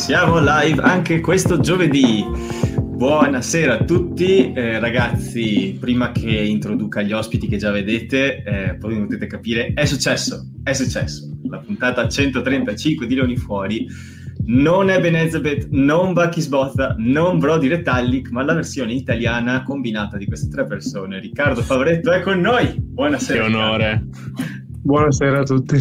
Siamo live anche questo giovedì. Buonasera a tutti, ragazzi. Prima che introduca gli ospiti che già vedete, poi potete capire, è successo. La puntata 135 di Leoni Fuori non è Ben Elizabeth, non Bucky Sbozza, non Brody Retallick, ma la versione italiana combinata di queste tre persone. Riccardo Favoretto è con noi. Buonasera. Che onore. Buonasera a tutti.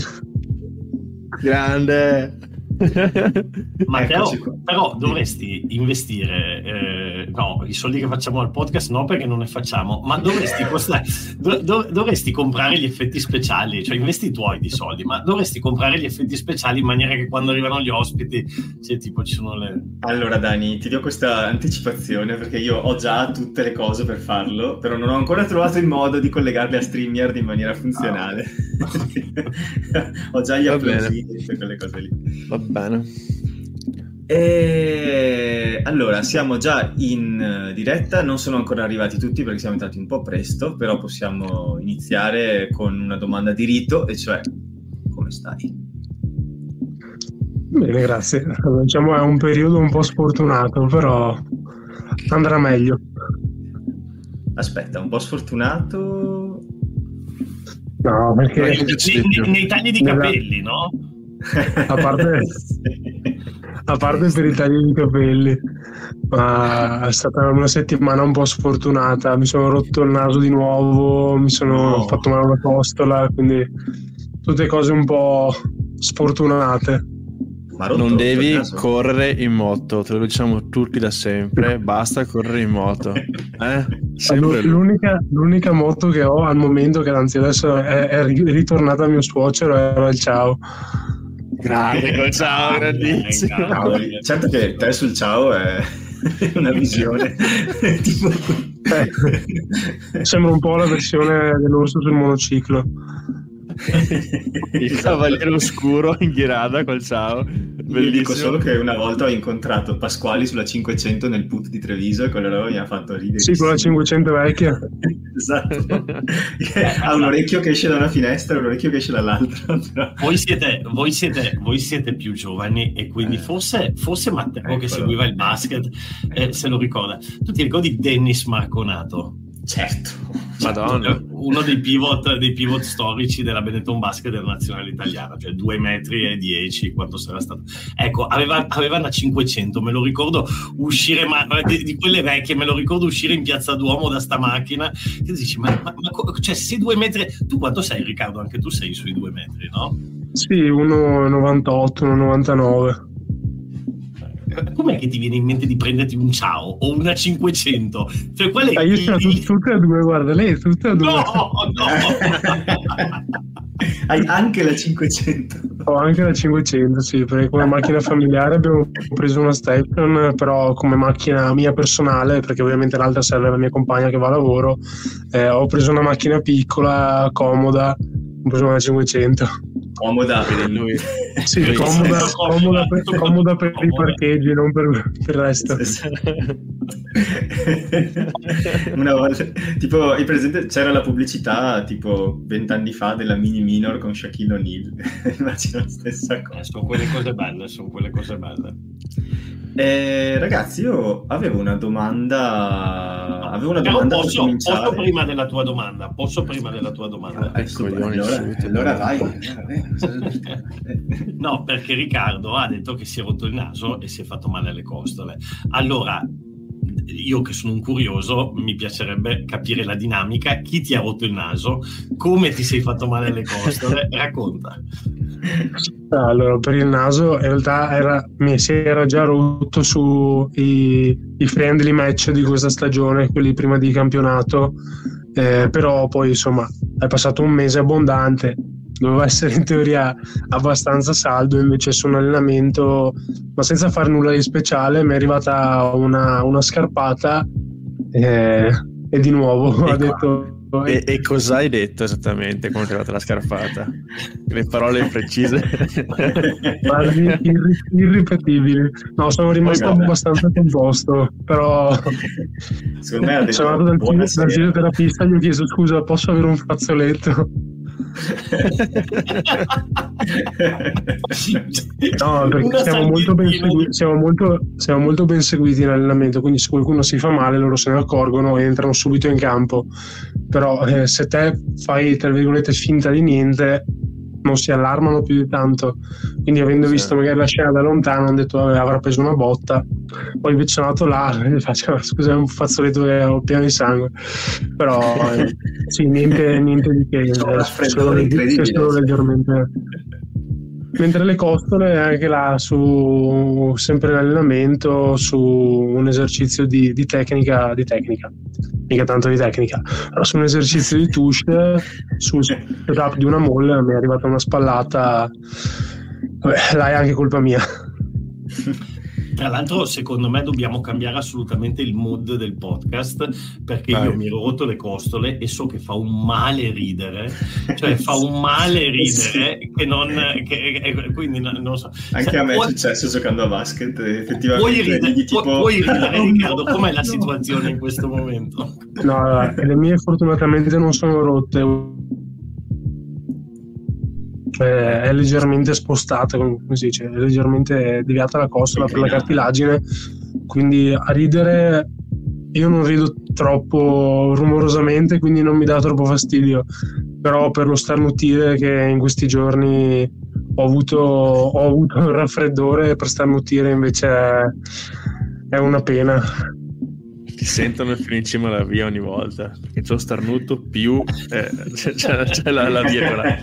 Grande. Matteo, però dovresti investire no, i soldi che facciamo al podcast no, perché non ne facciamo, ma dovresti comprare gli effetti speciali, cioè investi i tuoi di soldi, ma dovresti comprare gli effetti speciali in maniera che quando arrivano gli ospiti, cioè, tipo ci sono le... Allora Dani, ti do questa anticipazione perché io ho già tutte le cose per farlo, però non ho ancora trovato il modo di collegarle a StreamYard in maniera funzionale. Ho già gli applausini e quelle cose lì. Va bene. E allora siamo già in diretta, non sono ancora arrivati tutti perché siamo entrati un po' presto, però possiamo iniziare con una domanda di rito, e cioè: come stai? Bene, grazie. Diciamo è un periodo un po' sfortunato, però andrà meglio. Aspetta, un po' sfortunato? No, perché nei tagli di capelli, no? A parte per i tagli di capelli, ma è stata una settimana un po' sfortunata. Mi sono rotto il naso di nuovo, mi sono fatto male una costola, quindi tutte cose un po' sfortunate. Non devi correre in moto, te lo diciamo tutti da sempre, basta correre in moto. Sempre l'unica moto che ho al momento, che anzi adesso è ritornata a mio suocero, era il Ciao. Grande col Ciao, grandissimo. Certo che te sul Ciao è una visione tipo... Sembra un po' la versione dell'orso sul monociclo. Il cavaliere oscuro in ghirada col Ciao, bellissimo. Dico solo che una volta ho incontrato Pasquali sulla 500 nel put di Treviso e quello là mi ha fatto ridere. Sì, con la 500 vecchia. Esatto. Ha un orecchio che esce da una finestra e un orecchio che esce dall'altra. Però... Voi siete più giovani e quindi forse Matteo che seguiva il basket se lo ricorda. Tu ti ricordi Dennis Marconato? Certo. Madonna, uno dei pivot storici della Benetton Basket della nazionale italiana, cioè 2,10 metri, quanto sarà stato. Ecco, aveva una 500, me lo ricordo uscire, di quelle vecchie, me lo ricordo uscire in Piazza Duomo da sta macchina, e tu dici, ma cioè, se 2 metri, tu quanto sei, Riccardo? Anche tu sei sui 2 metri, no? Sì, 1,98, 1,99. Com'è che ti viene in mente di prenderti un Ciao o una 500? Cioè, qual è io sono tutte e due, guarda, lei tutte e due. No! Hai anche la 500? Ho anche la 500, sì, perché come macchina familiare abbiamo preso una Station, però come macchina mia personale, perché ovviamente l'altra serve alla mia compagna che va a lavoro, ho preso una macchina piccola, comoda, ho preso una 500. Comoda per lui. Sì, comoda per i parcheggi, non per il resto. Una volta, tipo, hai presente, c'era la pubblicità tipo 20 anni fa della Mini Minor con Shaquille O'Neal. Immagino la stessa cosa. Sono quelle cose belle. Ragazzi, io avevo una domanda. Posso prima della tua domanda. Ecco, allora vai. No, perché Riccardo ha detto che si è rotto il naso e si è fatto male alle costole. Allora, io che sono un curioso, mi piacerebbe capire la dinamica. Chi ti ha rotto il naso? Come ti sei fatto male alle costole? Racconta. Allora, per il naso in realtà mi si era già rotto su i friendly match di questa stagione, quelli prima di campionato, però poi insomma è passato un mese abbondante, doveva essere in teoria abbastanza saldo, invece su un allenamento, ma senza fare nulla di speciale, mi è arrivata una scarpata e di nuovo ha detto... E cosa hai detto esattamente quando ti è arrivata la scarpata? Le parole precise. Irripetibili. No, sono rimasto abbastanza composto, però secondo me sono andato dal fisioterapista, gli ho chiesto: scusa, posso avere un fazzoletto? No, perché siamo molto ben seguiti in allenamento, quindi se qualcuno si fa male loro se ne accorgono e entrano subito in campo. Però se te fai, tra virgolette, finta di niente, non si allarmano più di tanto. Quindi avendo visto magari la scena da lontano hanno detto vabbè, avrà preso una botta, poi invece sono andato là e faccio scusa, è un fazzoletto che ho pieno di sangue, però sì, niente di che, solo leggermente. Mentre le costole anche là sempre in allenamento su un esercizio di tecnica, mica tanto di tecnica, però su un esercizio di touch sul setup di una molle mi è arrivata una spallata. Vabbè, là è anche colpa mia. Tra l'altro, secondo me dobbiamo cambiare assolutamente il mood del podcast, perché io mi ero rotto le costole e so che fa un male ridere, cioè fa un male ridere quindi non so. Anche a me è successo giocando a basket, effettivamente. Puoi ridere, Riccardo, com'è la situazione in questo momento? No, le mie fortunatamente non sono rotte. È leggermente spostata, come si dice, è leggermente deviata la costola per la cartilagine, quindi a ridere io non rido troppo rumorosamente, quindi non mi dà troppo fastidio, però per lo starnutire che in questi giorni ho avuto il raffreddore, per starnutire invece è una pena. Ti sentono fino in cima alla via ogni volta perché c'ho starnuto più c'è la virgola.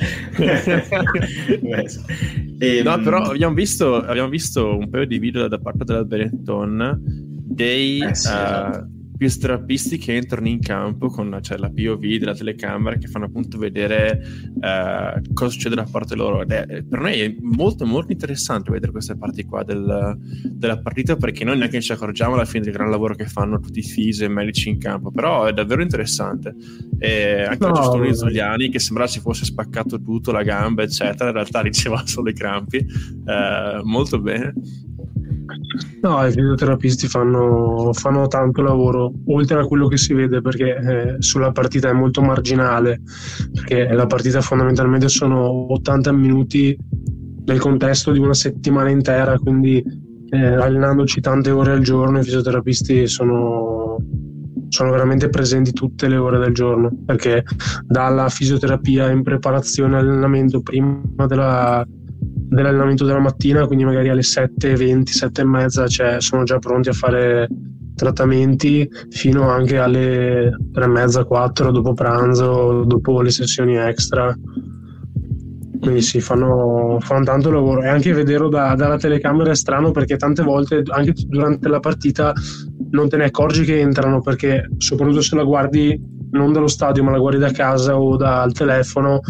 No, però abbiamo visto un paio di video da parte della Benetton dei fisioterapeuti che entrano in campo con la POV della telecamera, che fanno appunto vedere cosa succede da parte loro, ed per noi è molto molto interessante vedere queste parti qua della partita, perché noi neanche ci accorgiamo alla fine del gran lavoro che fanno tutti i fisi e medici in campo, però è davvero interessante. E anche la gestione di Zuliani, che sembrava si fosse spaccato tutto, la gamba eccetera, in realtà riceveva solo i crampi, molto bene. No, i fisioterapisti fanno tanto lavoro, oltre a quello che si vede, perché sulla partita è molto marginale, perché la partita fondamentalmente sono 80 minuti nel contesto di una settimana intera, quindi allenandoci tante ore al giorno i fisioterapisti sono veramente presenti tutte le ore del giorno, perché dalla fisioterapia in preparazione all'allenamento prima dell'allenamento della mattina, quindi magari alle 7:20, 7:30 sono già pronti a fare trattamenti, fino anche alle 3:30, 4 dopo pranzo, dopo le sessioni extra. Quindi sì, fanno tanto lavoro, e anche vederlo dalla telecamera è strano, perché tante volte anche durante la partita non te ne accorgi che entrano, perché soprattutto se la guardi non dallo stadio ma la guardi da casa o dal telefono,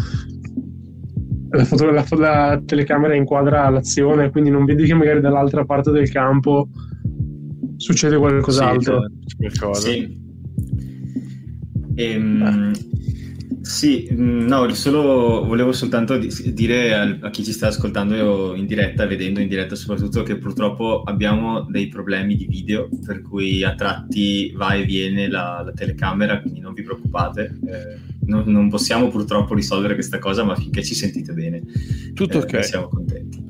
la telecamera inquadra l'azione, quindi non vedi che magari dall'altra parte del campo succede qualcos'altro. Solo volevo soltanto dire a chi ci sta ascoltando in diretta e vedendo in diretta soprattutto, che purtroppo abbiamo dei problemi di video, per cui a tratti va e viene la telecamera, quindi non vi preoccupate, non possiamo purtroppo risolvere questa cosa, ma finché ci sentite bene tutto ok, siamo contenti.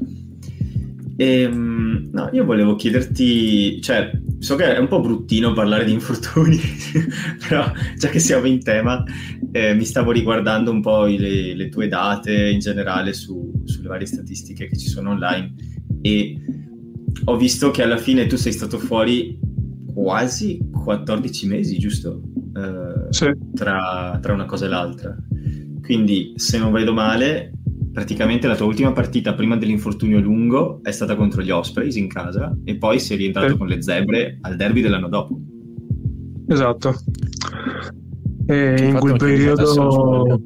Io volevo chiederti, so che è un po' bruttino parlare di infortuni però già che siamo in tema, mi stavo riguardando un po' le tue date in generale sulle varie statistiche che ci sono online, e ho visto che alla fine tu sei stato fuori quasi 14 mesi, giusto? Sì. Tra una cosa e l'altra, quindi se non vedo male praticamente la tua ultima partita prima dell'infortunio lungo è stata contro gli Ospreys in casa, e poi sei rientrato con le Zebre al derby dell'anno dopo. Esatto. E in quel periodo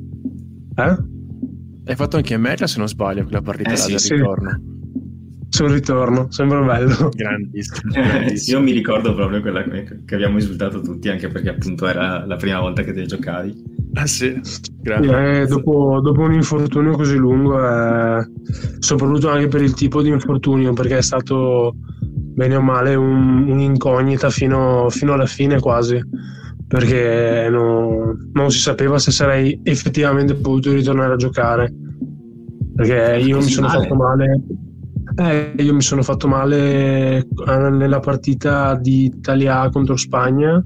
hai fatto anche meglio, se non sbaglio, quella partita del ritorno. Sul ritorno, sembra bello. Grandissimo. Io mi ricordo proprio quella che abbiamo esultato tutti, anche perché appunto era la prima volta che te giocavi. Sì, dopo un infortunio così lungo, soprattutto anche per il tipo di infortunio, perché è stato bene o male un'incognita fino alla fine quasi, perché non si sapeva se sarei effettivamente potuto ritornare a giocare, perché io mi sono fatto male. Io mi sono fatto male nella partita di Italia A contro Spagna,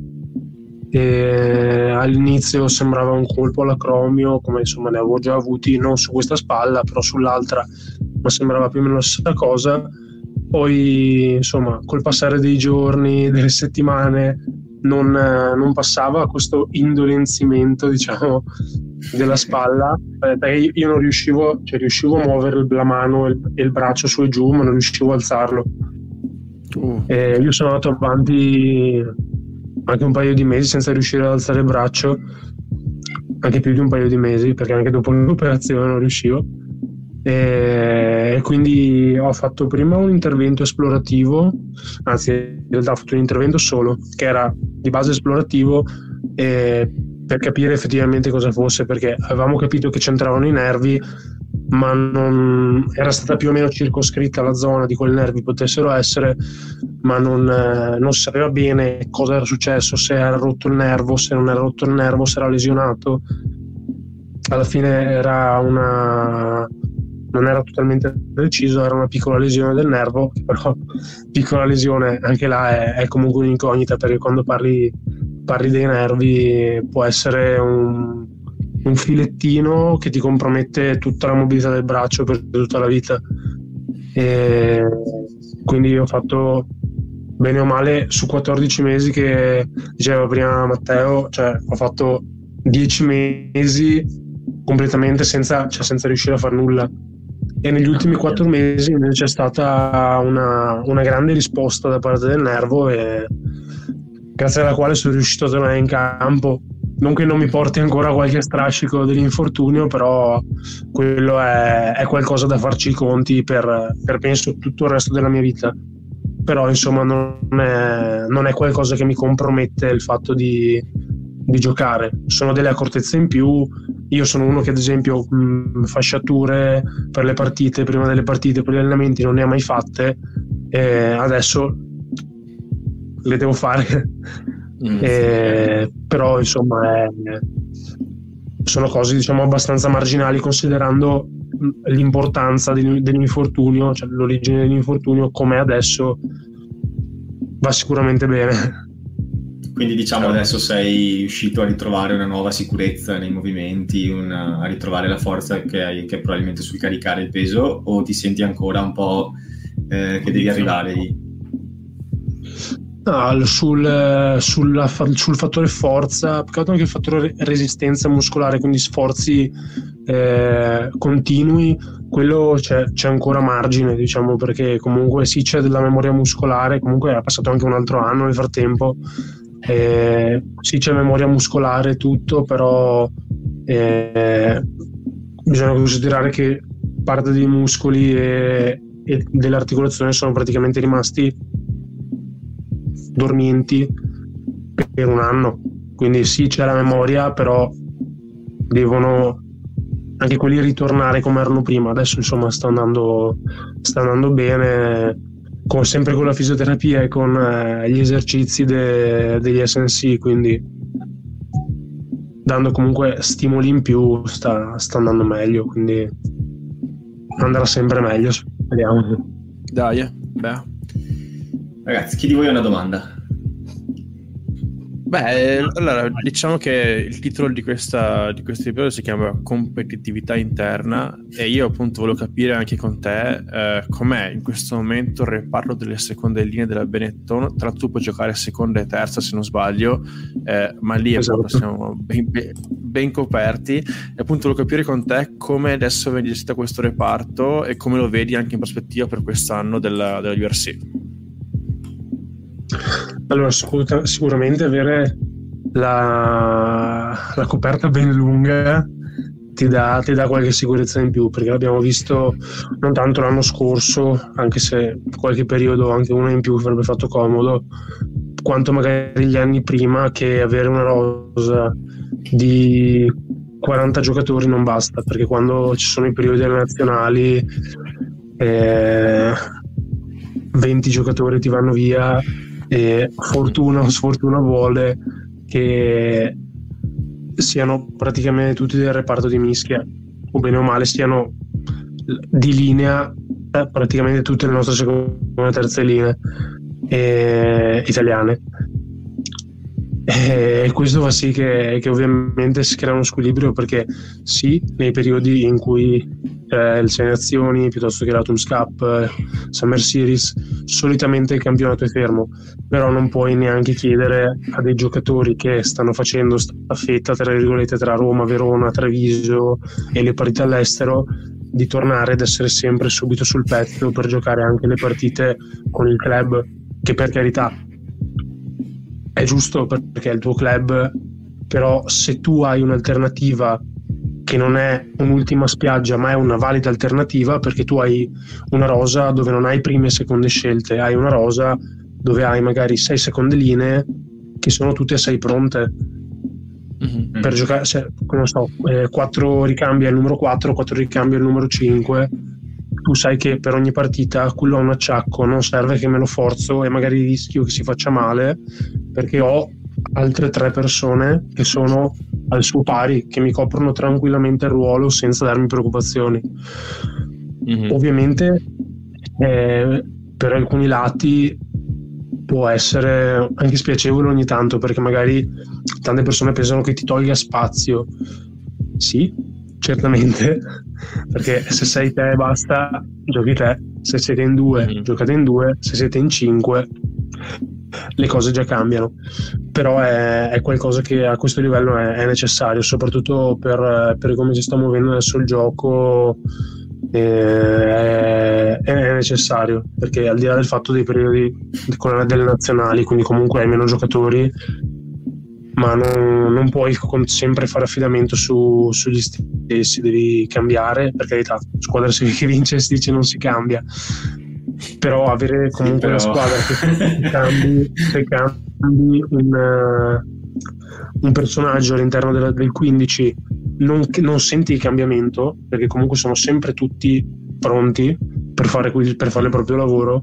e all'inizio sembrava un colpo all'acromio, come insomma ne avevo già avuti, non su questa spalla però sull'altra, ma sembrava più o meno la stessa cosa. Poi insomma col passare dei giorni, delle settimane, non passava questo indolenzimento, diciamo, della spalla, perché io non riuscivo a muovere la mano e il braccio su e giù, ma non riuscivo a alzarlo. Io sono andato avanti anche un paio di mesi senza riuscire ad alzare il braccio, anche più di un paio di mesi, perché anche dopo l'operazione non riuscivo. E quindi ho fatto prima un intervento esplorativo, anzi in realtà ho fatto un intervento solo che era di base esplorativo, per capire effettivamente cosa fosse, perché avevamo capito che c'entravano i nervi, ma non era stata più o meno circoscritta la zona di quali nervi potessero essere, ma non si sapeva bene cosa era successo, se era rotto il nervo, se non era rotto il nervo, se era lesionato. Alla fine non era totalmente preciso, era una piccola lesione del nervo, che però piccola lesione anche là è comunque un'incognita, perché quando parli dei nervi può essere un filettino che ti compromette tutta la mobilità del braccio per tutta la vita. E quindi ho fatto bene o male su 14 mesi che diceva prima Matteo, cioè ho fatto 10 mesi completamente senza riuscire a fare nulla, e negli ultimi 4 mesi invece c'è stata una grande risposta da parte del nervo, e grazie alla quale sono riuscito a tornare in campo. Non che non mi porti ancora qualche strascico dell'infortunio, però quello è qualcosa da farci i conti per penso tutto il resto della mia vita. Però insomma non è qualcosa che mi compromette il fatto di giocare. Sono delle accortezze in più. Io sono uno che ad esempio fasciature per le partite, prima delle partite, per gli allenamenti non ne ha mai fatte, e adesso le devo fare. Però insomma sono cose diciamo abbastanza marginali, considerando l'importanza dell'infortunio, cioè l'origine dell'infortunio, come adesso va sicuramente bene. Quindi diciamo adesso sei riuscito a ritrovare una nuova sicurezza nei movimenti, a ritrovare la forza che hai, che probabilmente sul caricare il peso, o ti senti ancora un po' che devi arrivare lì? No, sul fattore forza, peccato anche il fattore resistenza muscolare, quindi sforzi continui, quello c'è ancora margine, diciamo, perché comunque sì, c'è della memoria muscolare, comunque è passato anche un altro anno nel frattempo, sì, c'è memoria muscolare tutto, però bisogna considerare che parte dei muscoli e dell'articolazione sono praticamente rimasti dormienti per un anno, quindi sì, c'è la memoria, però devono anche quelli ritornare come erano prima. Adesso insomma sta andando bene, sempre con la fisioterapia e con gli esercizi degli SNC, quindi dando comunque stimoli in più sta andando meglio, quindi andrà sempre meglio, speriamo. Dai, beh. Ragazzi, chi di voi ha una domanda? Beh, allora diciamo che il titolo di questo episodio si chiama competitività interna, e io appunto volevo capire anche con te com'è in questo momento il reparto delle seconde linee della Benetton. Tra l'altro tu puoi giocare seconda e terza se non sbaglio, ma lì appunto siamo ben coperti, e appunto volevo capire con te come adesso viene gestito questo reparto e come lo vedi anche in prospettiva per quest'anno della URC. Allora, sicuramente avere la coperta ben lunga ti dà qualche sicurezza in più, perché l'abbiamo visto non tanto l'anno scorso, anche se qualche periodo anche uno in più avrebbe fatto comodo, quanto magari gli anni prima, che avere una rosa di 40 giocatori non basta, perché quando ci sono i periodi nazionali 20 giocatori ti vanno via, e fortuna o sfortuna vuole che siano praticamente tutti del reparto di mischia, o bene o male siano di linea praticamente tutte le nostre seconde e terze linee italiane, e questo fa sì che ovviamente si crea uno squilibrio, perché sì, nei periodi in cui le Sei Nazioni piuttosto che l'Autumn Cup, Summer Series, solitamente il campionato è fermo, però non puoi neanche chiedere a dei giocatori che stanno facendo staffetta tra virgolette tra Roma, Verona, Treviso e le partite all'estero di tornare ad essere sempre subito sul pezzo per giocare anche le partite con il club, che per carità è giusto perché è il tuo club, però se tu hai un'alternativa che non è un'ultima spiaggia ma è una valida alternativa, perché tu hai una rosa dove non hai prime e seconde scelte, hai una rosa dove hai magari 6 seconde linee che sono tutte 6 pronte per giocare, non so, 4 ricambi al numero 4, 4 ricambi al numero 5, tu sai che per ogni partita quello ha un acciacco, non serve che me lo forzo e magari rischio che si faccia male, perché ho altre 3 persone che sono al suo pari, che mi coprono tranquillamente il ruolo senza darmi preoccupazioni. Ovviamente per alcuni lati può essere anche spiacevole ogni tanto, perché magari tante persone pensano che ti tolga spazio. Sì, certamente, perché se sei te basta, giochi te, se siete in 2 giocate in 2, se siete in 5 le cose già cambiano, però è qualcosa che a questo livello è necessario, soprattutto per come si sta muovendo adesso il gioco. È necessario, perché al di là del fatto dei periodi delle nazionali, quindi comunque hai meno giocatori, ma non puoi sempre fare affidamento sugli stessi, devi cambiare, per carità, squadra che vince si dice non si cambia, però avere comunque una squadra che se cambi un personaggio all'interno del 15 non senti il cambiamento, perché comunque sono sempre tutti pronti per fare il proprio lavoro,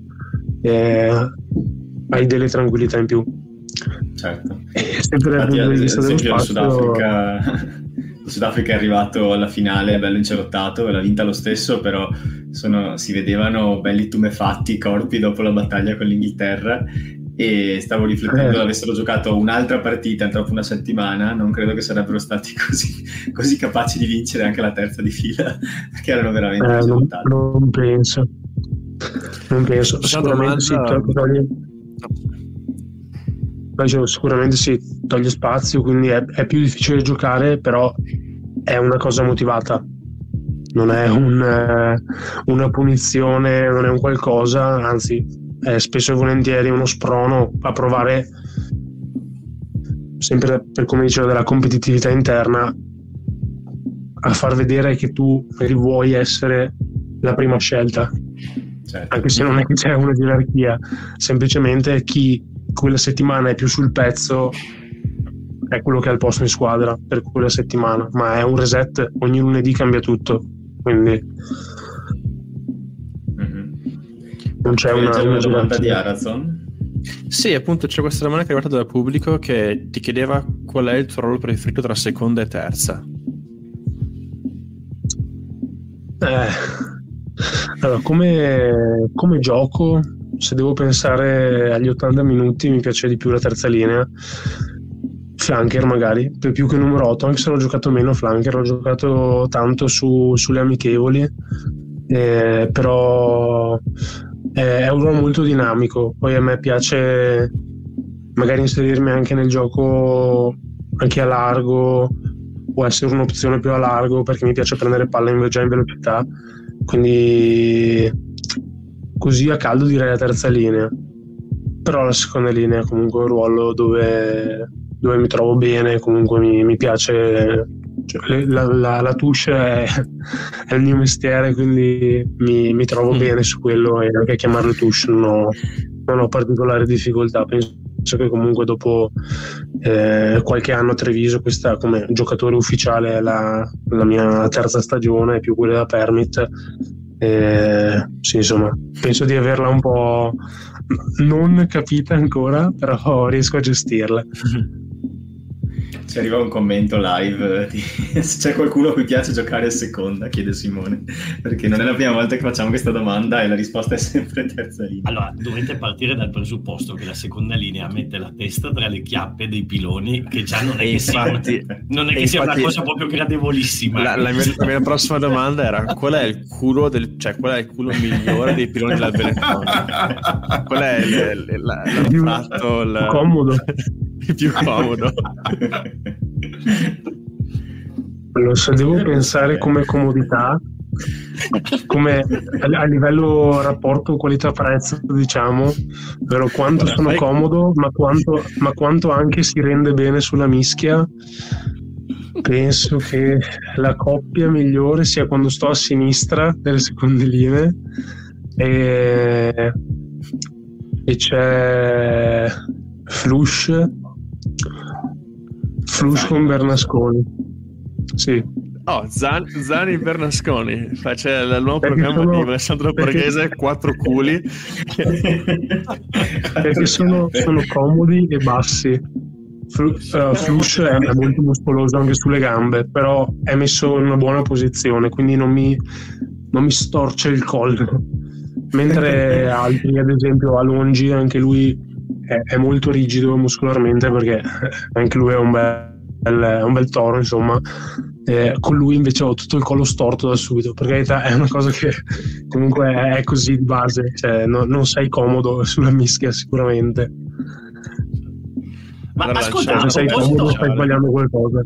hai delle tranquillità in più. Certo. Sempre dal punto di vista dello spazio, il Sudafrica è arrivato alla finale bello incerottato e l'ha vinta lo stesso, però si vedevano belli tumefatti i corpi dopo la battaglia con l'Inghilterra, e stavo riflettendo, avessero giocato un'altra partita dopo una settimana, non credo che sarebbero stati così capaci di vincere anche la terza di fila, perché erano veramente incerottati. Non penso. Sicuramente si toglie spazio, quindi è più difficile giocare, però è una cosa motivata, non è una punizione, non è un qualcosa, anzi è spesso e volentieri uno sprono a provare, sempre per come dicevo della competitività interna, a far vedere che tu vuoi essere la prima scelta. Certo. Anche se non è che c'è una gerarchia, semplicemente chi quella settimana è più sul pezzo è quello che ha il posto in squadra per quella settimana, ma è un reset, ogni lunedì cambia tutto, quindi non c'è una domanda di Arazon. Sì, appunto c'è questa domanda che è arrivata dal pubblico che ti chiedeva qual è il tuo ruolo preferito tra seconda e terza. Allora, come gioco, se devo pensare agli 80 minuti, mi piace di più la terza linea, flanker magari, per più che numero 8, anche se l'ho giocato meno flanker, l'ho giocato tanto sulle amichevoli, però è un ruolo molto dinamico. Poi a me piace magari inserirmi anche nel gioco anche a largo, può essere un'opzione più a largo, perché mi piace prendere palla già in velocità, quindi così a caldo direi la terza linea, però la seconda linea è comunque un ruolo dove mi trovo bene, comunque mi piace, cioè, la touche è il mio mestiere, quindi mi trovo bene su quello, e anche a chiamarlo touche non ho particolari difficoltà. Penso che comunque dopo qualche anno a Treviso, questa come giocatore ufficiale è la mia terza stagione, più quella da permit, sì, insomma, penso di averla un po' non capita ancora, però riesco a gestirla. Ci arriva un commento live se c'è qualcuno a cui piace giocare a seconda, chiede Simone, perché non è la prima volta che facciamo questa domanda e la risposta è sempre terza linea. Allora, dovete partire dal presupposto che la seconda linea mette la testa tra le chiappe dei piloni, che già non è che sia una cosa proprio gradevolissima. La mia prossima domanda era: qual è il culo migliore dei piloni della Benetton? Qual è il comodo? Il più comodo. Allora, se devo pensare come comodità, come a livello rapporto qualità-prezzo, diciamo, però quanto sono comodo, ma quanto anche si rende bene sulla mischia, penso che la coppia migliore sia quando sto a sinistra delle seconde linee e c'è Flush con Bernasconi. Sì. Zani Bernasconi c'è il nuovo programma di Alessandro Borghese, 4 culi. Perché sono comodi e bassi. Flush è molto muscoloso anche sulle gambe, però è messo in una buona posizione, quindi non mi storce il collo, mentre altri, ad esempio Alongi, anche lui è molto rigido muscolarmente, perché anche lui è un bel toro, insomma. Con lui invece ho tutto il collo storto da subito, perché è una cosa che comunque è così di base, cioè non sei comodo sulla mischia sicuramente. Ma ascolta, se sei comodo stai sbagliando qualcosa.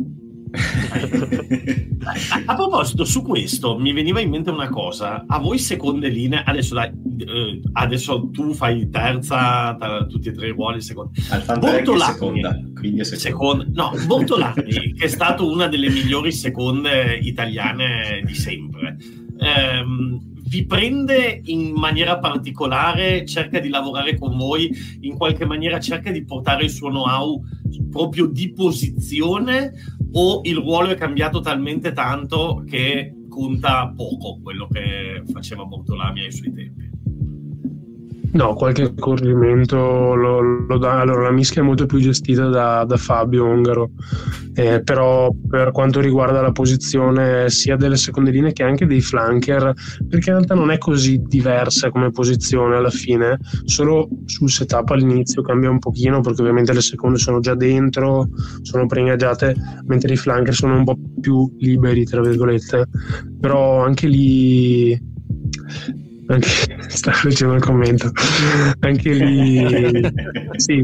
A proposito, su questo mi veniva in mente una cosa: a voi seconde linee, adesso tu fai terza, tutti e tre i ruoli seconda. Bortolani, quindi è seconda. Bortolani, che è stato una delle migliori seconde italiane di sempre, vi prende in maniera particolare, cerca di lavorare con voi in qualche maniera, cerca di portare il suo know-how proprio di posizione, o il ruolo è cambiato talmente tanto che conta poco quello che faceva Bortolami ai suoi tempi? No, qualche accorgimento lo dà. Allora, la mischia è molto più gestita da Fabio Ongaro, però per quanto riguarda la posizione sia delle seconde linee che anche dei flanker, perché in realtà non è così diversa come posizione alla fine, solo sul setup all'inizio cambia un pochino, perché ovviamente le seconde sono già dentro, sono preingaggiate, mentre i flanker sono un po' più liberi, tra virgolette. Però anche lì, stavo leggendo il commento, anche lì sì,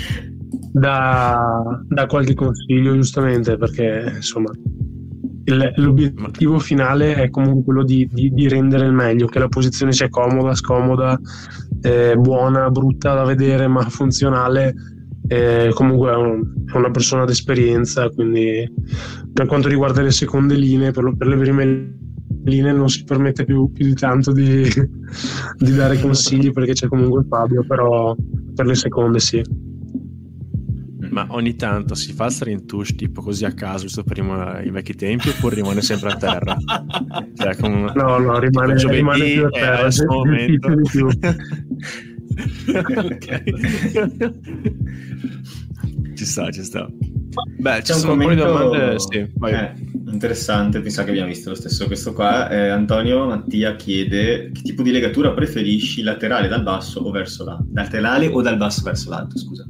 da qualche consiglio, giustamente, perché insomma l'obiettivo finale è comunque quello di rendere il meglio, che la posizione sia comoda, scomoda, buona, brutta da vedere ma funzionale. Comunque è una persona d'esperienza, quindi per quanto riguarda le seconde linee, per le prime linee non si permette più di tanto di dare consigli, perché c'è comunque Fabio, però per le seconde sì. Ma ogni tanto si fa il rintush tipo così a caso, giusto per i vecchi tempi, oppure rimane sempre a terra? Cioè, no, rimane più a terra, di più. Ci sta. Beh, c'è ci sono un po' di domande, sì, interessante, mi sa che abbiamo visto lo stesso. Questo qua, Antonio Mattia chiede: che tipo di legatura preferisci, laterale dal basso o verso l'alto? Laterale o dal basso verso l'alto, scusa?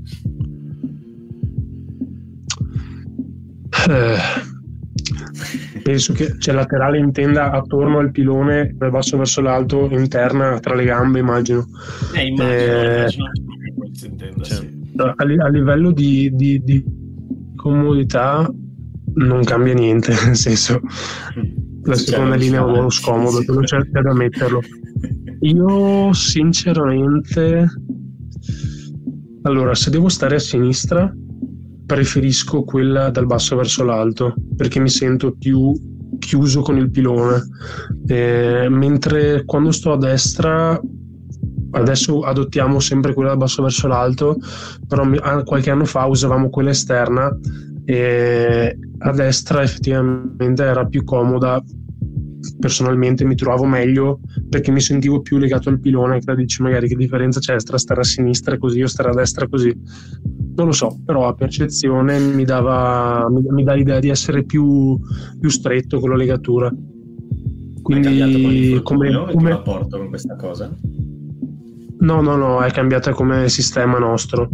Penso che laterale intenda attorno al pilone, dal basso verso l'alto, interna tra le gambe, immagino. Immagino che si intenda, sì. A livello di comodità non cambia niente, nel senso, la seconda linea è un ruolo scomodo, quello c'è da metterlo. Io sinceramente, allora, se devo stare a sinistra preferisco quella dal basso verso l'alto, perché mi sento più chiuso con il pilone, mentre quando sto a destra, adesso adottiamo sempre quella dal basso verso l'alto, però qualche anno fa usavamo quella esterna e a destra effettivamente era più comoda personalmente mi trovavo meglio perché mi sentivo più legato al pilone, che dici magari che differenza c'è tra stare a sinistra così o stare a destra così, non lo so, però a percezione mi dà l'idea di essere più stretto con la legatura. Quindi come il tuo rapporto con questa cosa? No, è cambiata come sistema nostro.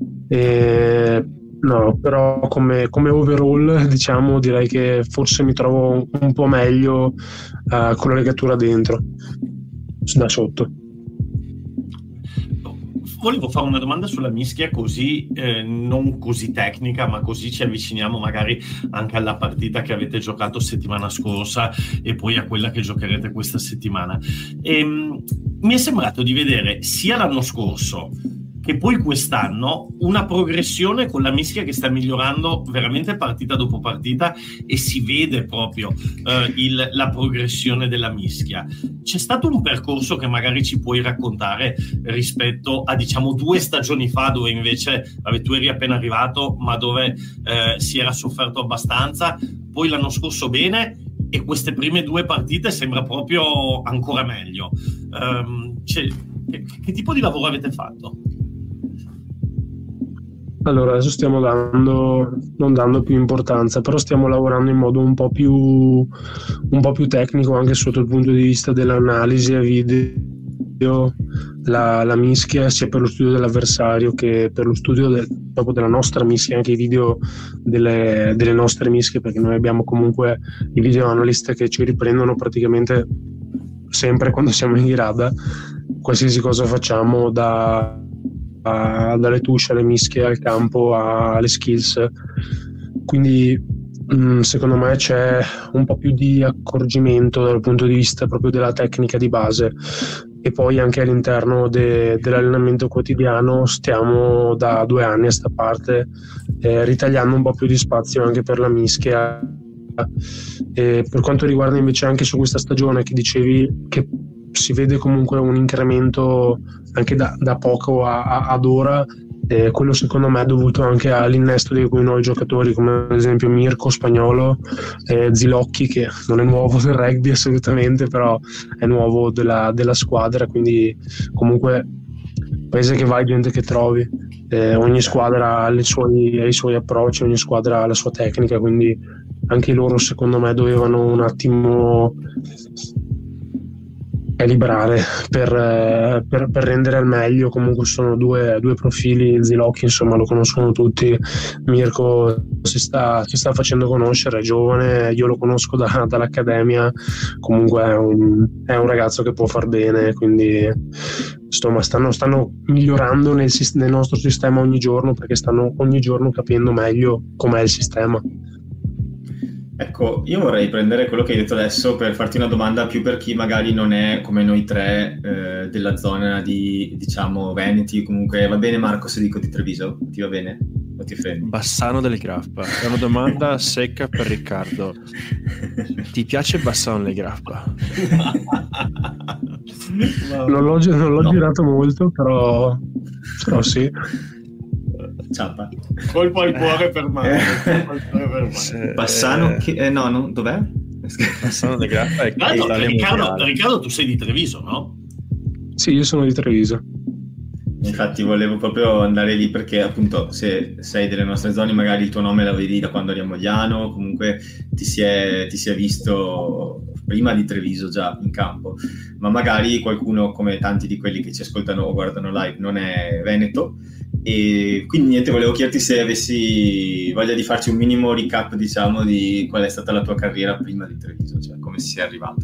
No, però come overall, diciamo, direi che forse mi trovo un po' meglio con la legatura dentro, da sotto. Volevo fare una domanda sulla mischia, così non così tecnica, ma così ci avviciniamo magari anche alla partita che avete giocato settimana scorsa e poi a quella che giocherete questa settimana. Mi è sembrato di vedere sia l'anno scorso che poi quest'anno una progressione con la mischia che sta migliorando veramente partita dopo partita, e si vede proprio la progressione della mischia. C'è stato un percorso che magari ci puoi raccontare rispetto a, diciamo, 2 stagioni fa, dove invece tu eri appena arrivato, ma dove si era sofferto abbastanza, poi l'anno scorso bene, e queste prime 2 partite sembra proprio ancora meglio. Che tipo di lavoro avete fatto? Allora, adesso stiamo non dando più importanza, però stiamo lavorando in modo un po' più tecnico, anche sotto il punto di vista dell'analisi a video, la mischia, sia per lo studio dell'avversario che per lo studio proprio della nostra mischia, anche i video delle nostre mischie, perché noi abbiamo comunque i video analyst che ci riprendono praticamente sempre quando siamo in grada, qualsiasi cosa facciamo, dalle touche alle mischie al campo alle skills. Quindi secondo me c'è un po' più di accorgimento dal punto di vista proprio della tecnica di base, e poi anche all'interno dell'allenamento quotidiano stiamo da 2 anni a sta parte ritagliando un po' più di spazio anche per la mischia. E per quanto riguarda invece anche su questa stagione, che dicevi che si vede comunque un incremento anche da poco ad ora, quello secondo me è dovuto anche all'innesto di alcuni nuovi giocatori, come ad esempio Mirko Spagnolo, Zilocchi, che non è nuovo del rugby assolutamente, però è nuovo della squadra, quindi comunque paese che vai, gente che trovi, ogni squadra ha i suoi approcci, ogni squadra ha la sua tecnica, quindi anche loro secondo me dovevano un attimo calibrare per rendere al meglio. Comunque sono due profili. Zilocchi insomma lo conoscono tutti, Mirko si sta facendo conoscere, è giovane, io lo conosco dall'accademia, comunque è un ragazzo che può far bene, quindi insomma stanno migliorando nel nostro sistema ogni giorno, perché stanno ogni giorno capendo meglio com'è il sistema. Ecco, io vorrei prendere quello che hai detto adesso per farti una domanda più per chi magari non è come noi tre della zona di, diciamo, Veneti. Comunque va bene Marco se dico di Treviso? Ti va bene? O ti offendi? Bassano delle Grappa. È una domanda secca per Riccardo. Ti piace Bassano delle Grappa? Non l'ho girato molto, però sì. Ciappa. Colpo al cuore per me. Bassano no, dov'è? Bassano delle Grappa è Riccardo, tu sei di Treviso, no? Sì, io sono di Treviso. Infatti volevo proprio andare lì, perché appunto se sei delle nostre zone magari il tuo nome la vedi da quando eri a Mogliano, comunque ti si è visto prima di Treviso già in campo, ma magari qualcuno, come tanti di quelli che ci ascoltano o guardano live, non è veneto. E quindi niente, volevo chiederti se avessi voglia di farci un minimo recap, diciamo, di qual è stata la tua carriera prima di Treviso, cioè come si è arrivato.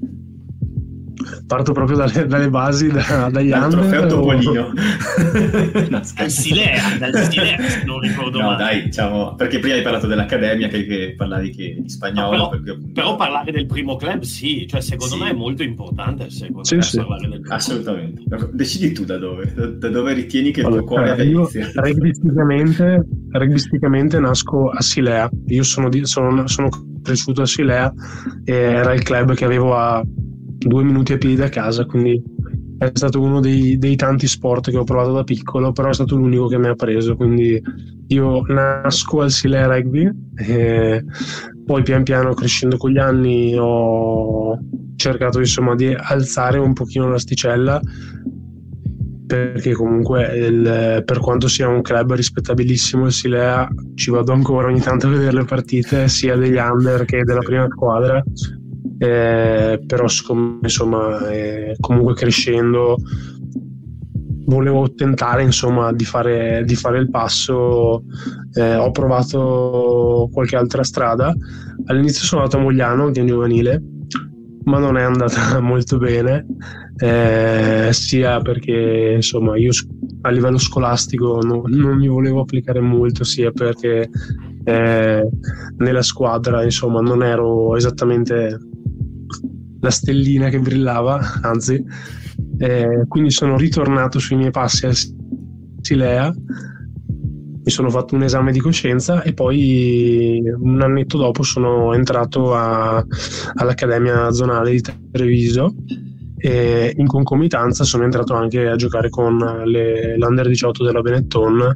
Parto proprio dalle basi, dagli anni. Dal trofeo Topolino. Dal Silea, se non ricordo male. No, dai, diciamo, perché prima hai parlato dell'accademia, che parlavi di spagnolo. Però parlare del primo club, sì, cioè secondo me è molto importante, parlare del club. Assolutamente. Decidi tu da dove ritieni che il tuo cuore abbia iniziato. Rugbisticamente nasco a Silea. Io sono cresciuto a Silea e era il club che avevo a 2 minuti a piedi da casa, quindi è stato uno dei tanti sport che ho provato da piccolo, però è stato l'unico che mi ha preso, quindi io nasco al Silea Rugby, Poi pian piano, crescendo con gli anni, ho cercato insomma di alzare un pochino l'asticella, perché comunque per quanto sia un club rispettabilissimo il Silea, ci vado ancora ogni tanto a vedere le partite sia degli under che della prima squadra, però insomma comunque crescendo volevo tentare insomma di fare il passo. Ho provato qualche altra strada. All'inizio sono andato a Mogliano in giovanile, ma non è andata molto bene, sia perché insomma io a livello scolastico non mi volevo applicare molto, sia perché nella squadra insomma non ero esattamente la stellina che brillava, anzi, quindi sono ritornato sui miei passi al Silea, mi sono fatto un esame di coscienza e poi un annetto dopo sono entrato all'Accademia Zonale di Treviso, e in concomitanza sono entrato anche a giocare con l'Under 18 della Benetton,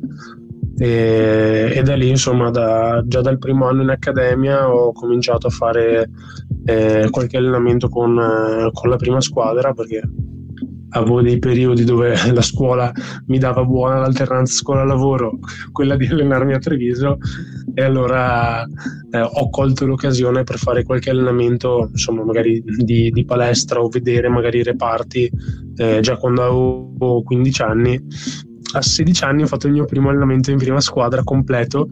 e da lì insomma già dal primo anno in accademia ho cominciato a fare qualche allenamento con la prima squadra, perché avevo dei periodi dove la scuola mi dava buona, l'alternanza scuola-lavoro, quella di allenarmi a Treviso, e allora ho colto l'occasione per fare qualche allenamento insomma magari di palestra, o vedere magari i reparti già quando avevo 15 anni. A 16 anni ho fatto il mio primo allenamento in prima squadra completo,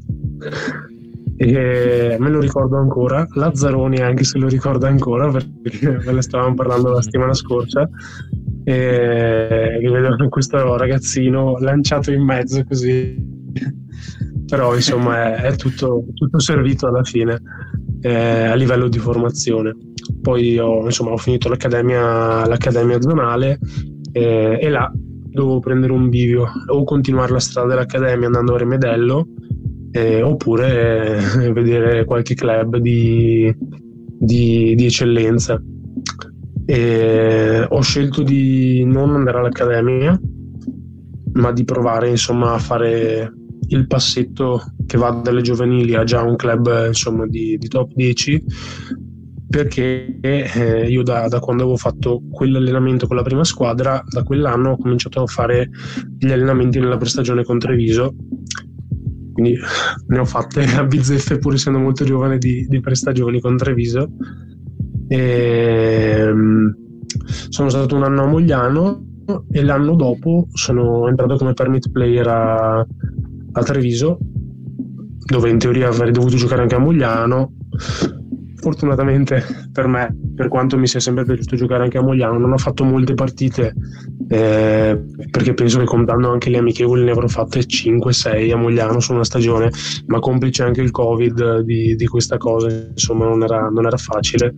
e me lo ricordo ancora. Lazzaroni anche se lo ricorda ancora, perché ve ne stavamo parlando la settimana scorsa, e vedo questo ragazzino lanciato in mezzo così, però insomma è tutto servito alla fine a livello di formazione. Poi ho finito l'accademia zonale, e là dovevo prendere un bivio, o continuare la strada dell'accademia andando a Remedello, oppure vedere qualche club di eccellenza. Ho scelto di non andare all'accademia, ma di provare insomma a fare il passetto che va dalle giovanili a già un club insomma di top 10, perché io da quando avevo fatto quell'allenamento con la prima squadra, da quell'anno ho cominciato a fare gli allenamenti nella prestagione con Treviso, quindi ne ho fatte a bizzeffe, pur essendo molto giovane, di prestagioni con Treviso. Sono stato un anno a Mogliano, e l'anno dopo sono entrato come permit player a Treviso, dove in teoria avrei dovuto giocare anche a Mogliano. Fortunatamente per me, per quanto mi sia sempre piaciuto giocare anche a Mogliano, non ho fatto molte partite, perché penso che contando anche le amichevoli ne avrò fatte 5-6 a Mogliano su una stagione, ma complice anche il Covid di questa cosa, insomma non era facile.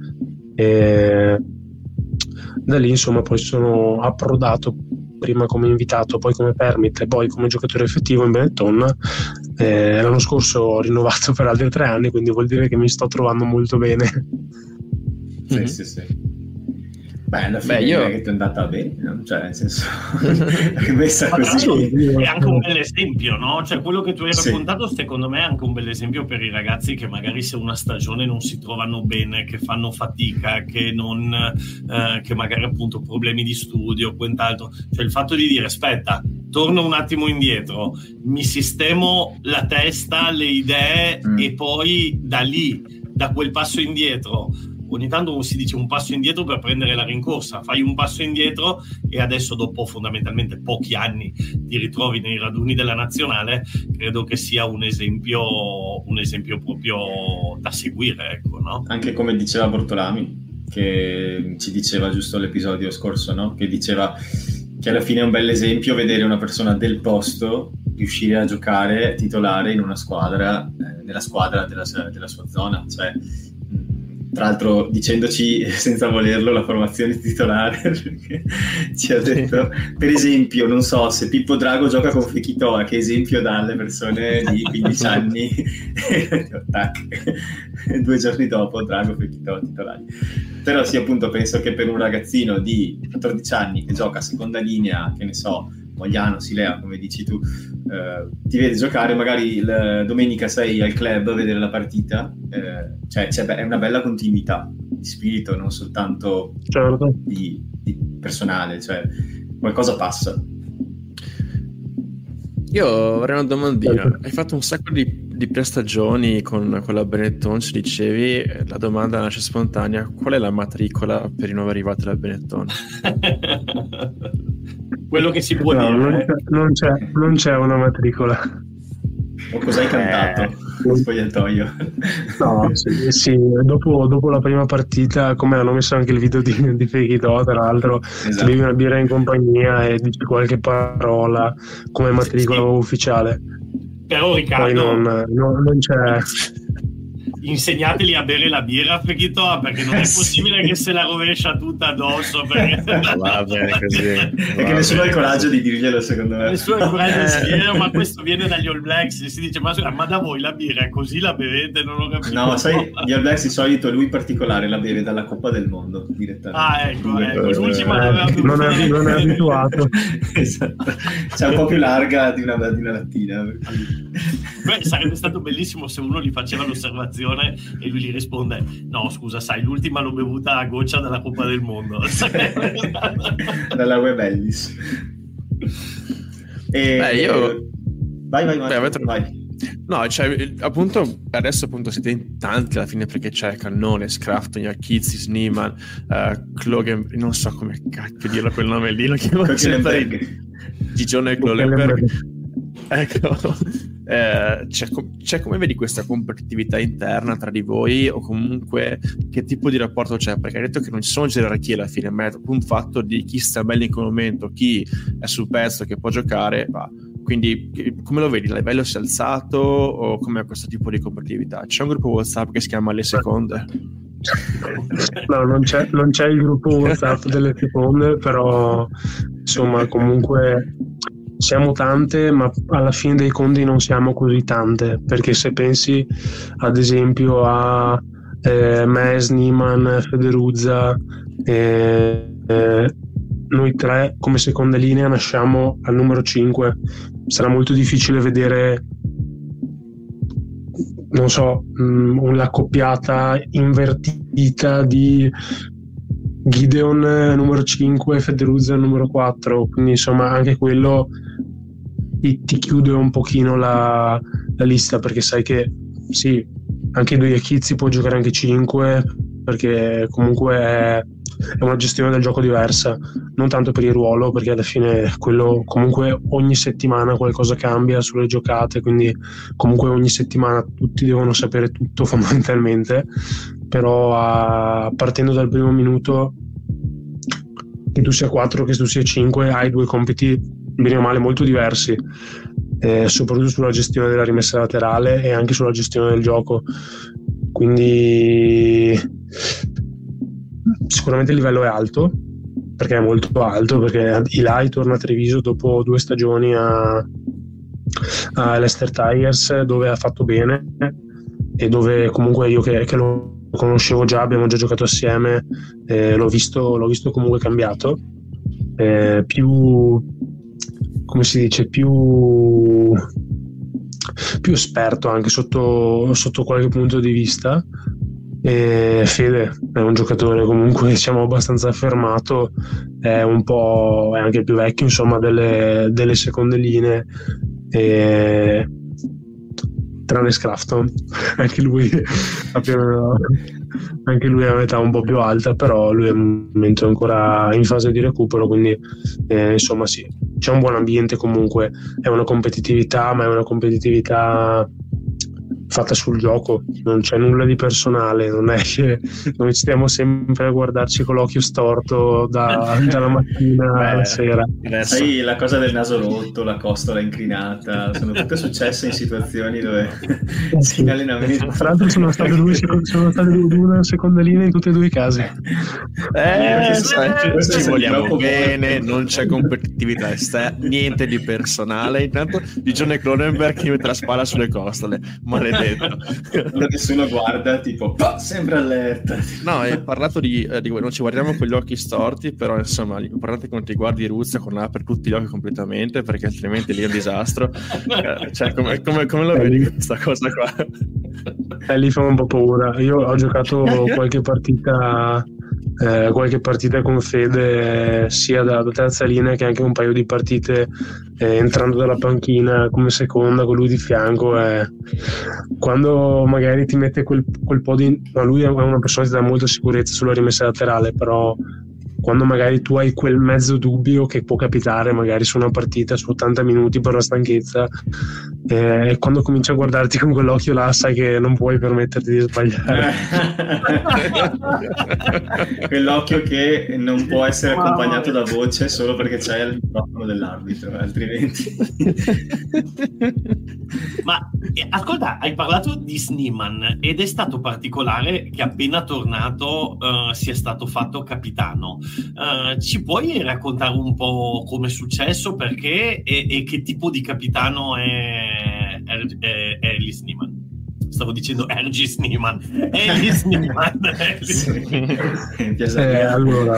Da lì insomma poi sono approdato, prima come invitato, poi come permit e poi come giocatore effettivo in Benetton. L'anno scorso ho rinnovato per altri 3 anni, quindi vuol dire che mi sto trovando molto bene. Sì. Beh, alla fine io... che ti è andata bene, no? Cioè, nel senso, messa così. È anche un bel esempio, no? Cioè, quello che tu hai raccontato, secondo me, è anche un bel esempio per i ragazzi che magari se una stagione non si trovano bene, che fanno fatica, che magari appunto problemi di studio, quant'altro. Cioè, il fatto di dire, aspetta, torno un attimo indietro, mi sistemo la testa, le idee, e poi da lì, da quel passo indietro, ogni tanto si dice un passo indietro per prendere la rincorsa, fai un passo indietro e adesso dopo fondamentalmente pochi anni ti ritrovi nei raduni della nazionale. Credo che sia un esempio proprio da seguire, ecco, no? Anche come diceva Bortolami, che ci diceva giusto l'episodio scorso, no? Che diceva che alla fine è un bel esempio vedere una persona del posto riuscire a giocare titolare in una squadra, nella squadra della sua zona, cioè tra l'altro dicendoci senza volerlo la formazione titolare, perché ci ha detto, per esempio, non so, se Pippo Drago gioca con Fekitoa, che esempio dà alle persone di 15 anni? Tac. 2 giorni dopo Drago, Fekitoa titolari. Però sì, appunto, penso che per un ragazzino di 14 anni che gioca a seconda linea, che ne so, Mogliano, Silea, come dici tu, ti vede giocare, magari domenica sei al club a vedere la partita, cioè è una bella continuità di spirito, non soltanto di personale, cioè qualcosa passa. Io avrei una domandina. Hai fatto un sacco di prestagioni con la Benetton, ci dicevi. La domanda nasce spontanea: qual è la matricola per i nuovi arrivati alla Benetton? Quello che si può dire. Non c'è una matricola. O cosa hai cantato? Lo spogliatoio. No, sì. Dopo la prima partita, come hanno messo anche il video di Fake It, tra l'altro, esatto. Bevi una birra in compagnia e dici qualche parola come matricola ufficiale. Però Riccardo, poi non c'è. Insegnateli a bere la birra, Fake It, perché non è possibile che se la rovescia tutta addosso, perché... Va bene così. Perché nessuno ha il coraggio di dirglielo, secondo me. Nessuno ha il coraggio di dirglielo, ma questo viene dagli All Blacks, si dice ma da voi la birra è così, la bevete? Non ho capito. No, sai, gli All Blacks di solito lui in particolare la beve dalla Coppa del Mondo direttamente. Ecco, l'ultima non è abituato. Esatto. C'è un po' più larga di una lattina. Beh, sarebbe stato bellissimo se uno gli faceva l'osservazione e lui gli risponde: no scusa, sai, l'ultima l'ho bevuta a goccia dalla Coppa del Mondo. Dalla Web Ellis. Vai. No, cioè, appunto adesso siete in tanti alla fine, perché c'è Cannone, Scrafton, Iachizzi, Sneeman, Klogen, non so come cacchio dirlo quel nome lì, lo chiamo sempre Gigione Klogenberg. Ecco, c'è come vedi questa competitività interna tra di voi, o comunque che tipo di rapporto c'è? Perché hai detto che non ci sono gerarchie alla fine, ma è un fatto di chi sta bene in quel momento, chi è sul pezzo, che può giocare, va. Quindi come lo vedi? Il livello si è alzato o com'è questo tipo di competitività? C'è un gruppo WhatsApp che si chiama Le Seconde? No, non c'è il gruppo WhatsApp delle Seconde, però insomma comunque siamo tante, ma alla fine dei conti non siamo così tante, perché se pensi ad esempio a me, Sneeman, Federuzza, noi tre come seconda linea nasciamo al numero 5. Sarà molto difficile vedere, non so, una coppiata invertita di Gideon numero 5 e Federuzza numero 4, quindi insomma anche quello ti chiude un pochino la lista, perché sai che sì, anche Due Iachizzi può giocare anche 5, perché comunque è una gestione del gioco diversa, non tanto per il ruolo, perché alla fine quello comunque ogni settimana qualcosa cambia sulle giocate, quindi comunque ogni settimana tutti devono sapere tutto fondamentalmente, però partendo dal primo minuto, che tu sia 4 che tu sia 5, hai due compiti bene o male molto diversi, soprattutto sulla gestione della rimessa laterale e anche sulla gestione del gioco, quindi sicuramente il livello è alto, perché è molto alto, perché Ilai torna a Treviso dopo 2 stagioni a Leicester Tigers, dove ha fatto bene e dove comunque io che lo conoscevo già, abbiamo già giocato assieme, l'ho visto comunque cambiato, più, come si dice, più esperto anche sotto qualche punto di vista. E Fede è un giocatore comunque diciamo abbastanza affermato, è anche il più vecchio insomma delle seconde linee, tranne Scrafton, anche lui è a metà un po' più alta, però lui è un momento ancora in fase di recupero, quindi insomma sì, c'è un buon ambiente, comunque è una competitività, ma è una competitività fatta sul gioco, non c'è nulla di personale, non è che noi stiamo sempre a guardarci con l'occhio storto dalla mattina alla sera. Sai, la cosa del naso rotto, la costola inclinata, sono tutte successe in situazioni dove in allenamento. Tra l'altro sono state una seconda linea in tutti e due i casi. Ci vogliamo bene, non c'è competitività esterna, niente di personale. Intanto di Gianni Cronenberg che mette la spalla sulle costole, maledetto. dentro. Nessuno guarda, tipo, sembra allerta. No, hai parlato di non ci guardiamo con gli occhi storti, però insomma l'importante è che non ti guardi Ruzza con apri tutti gli occhi completamente, perché altrimenti lì è un disastro. Cioè, come lo vedi questa cosa qua? Lì fa un po' paura. Io ho giocato qualche partita con Fede, sia da terza linea che anche un paio di partite entrando dalla panchina come seconda con lui di fianco, quando magari ti mette quel po' di... No, lui è una persona che ti dà molta sicurezza sulla rimessa laterale, però quando magari tu hai quel mezzo dubbio che può capitare magari su una partita su 80 minuti per la stanchezza, e quando cominci a guardarti con quell'occhio là sai che non puoi permetterti di sbagliare. Quell'occhio che non può essere accompagnato da voce solo perché c'è il microfono dell'arbitro, altrimenti. Ma ascolta, hai parlato di Sneeman ed è stato particolare che appena tornato sia stato fatto capitano. Ci puoi raccontare un po' come è successo, perché e che tipo di capitano è Ellie Sneeman? Stavo dicendo Ergi Sneeman. Ellie Sneeman. Allora,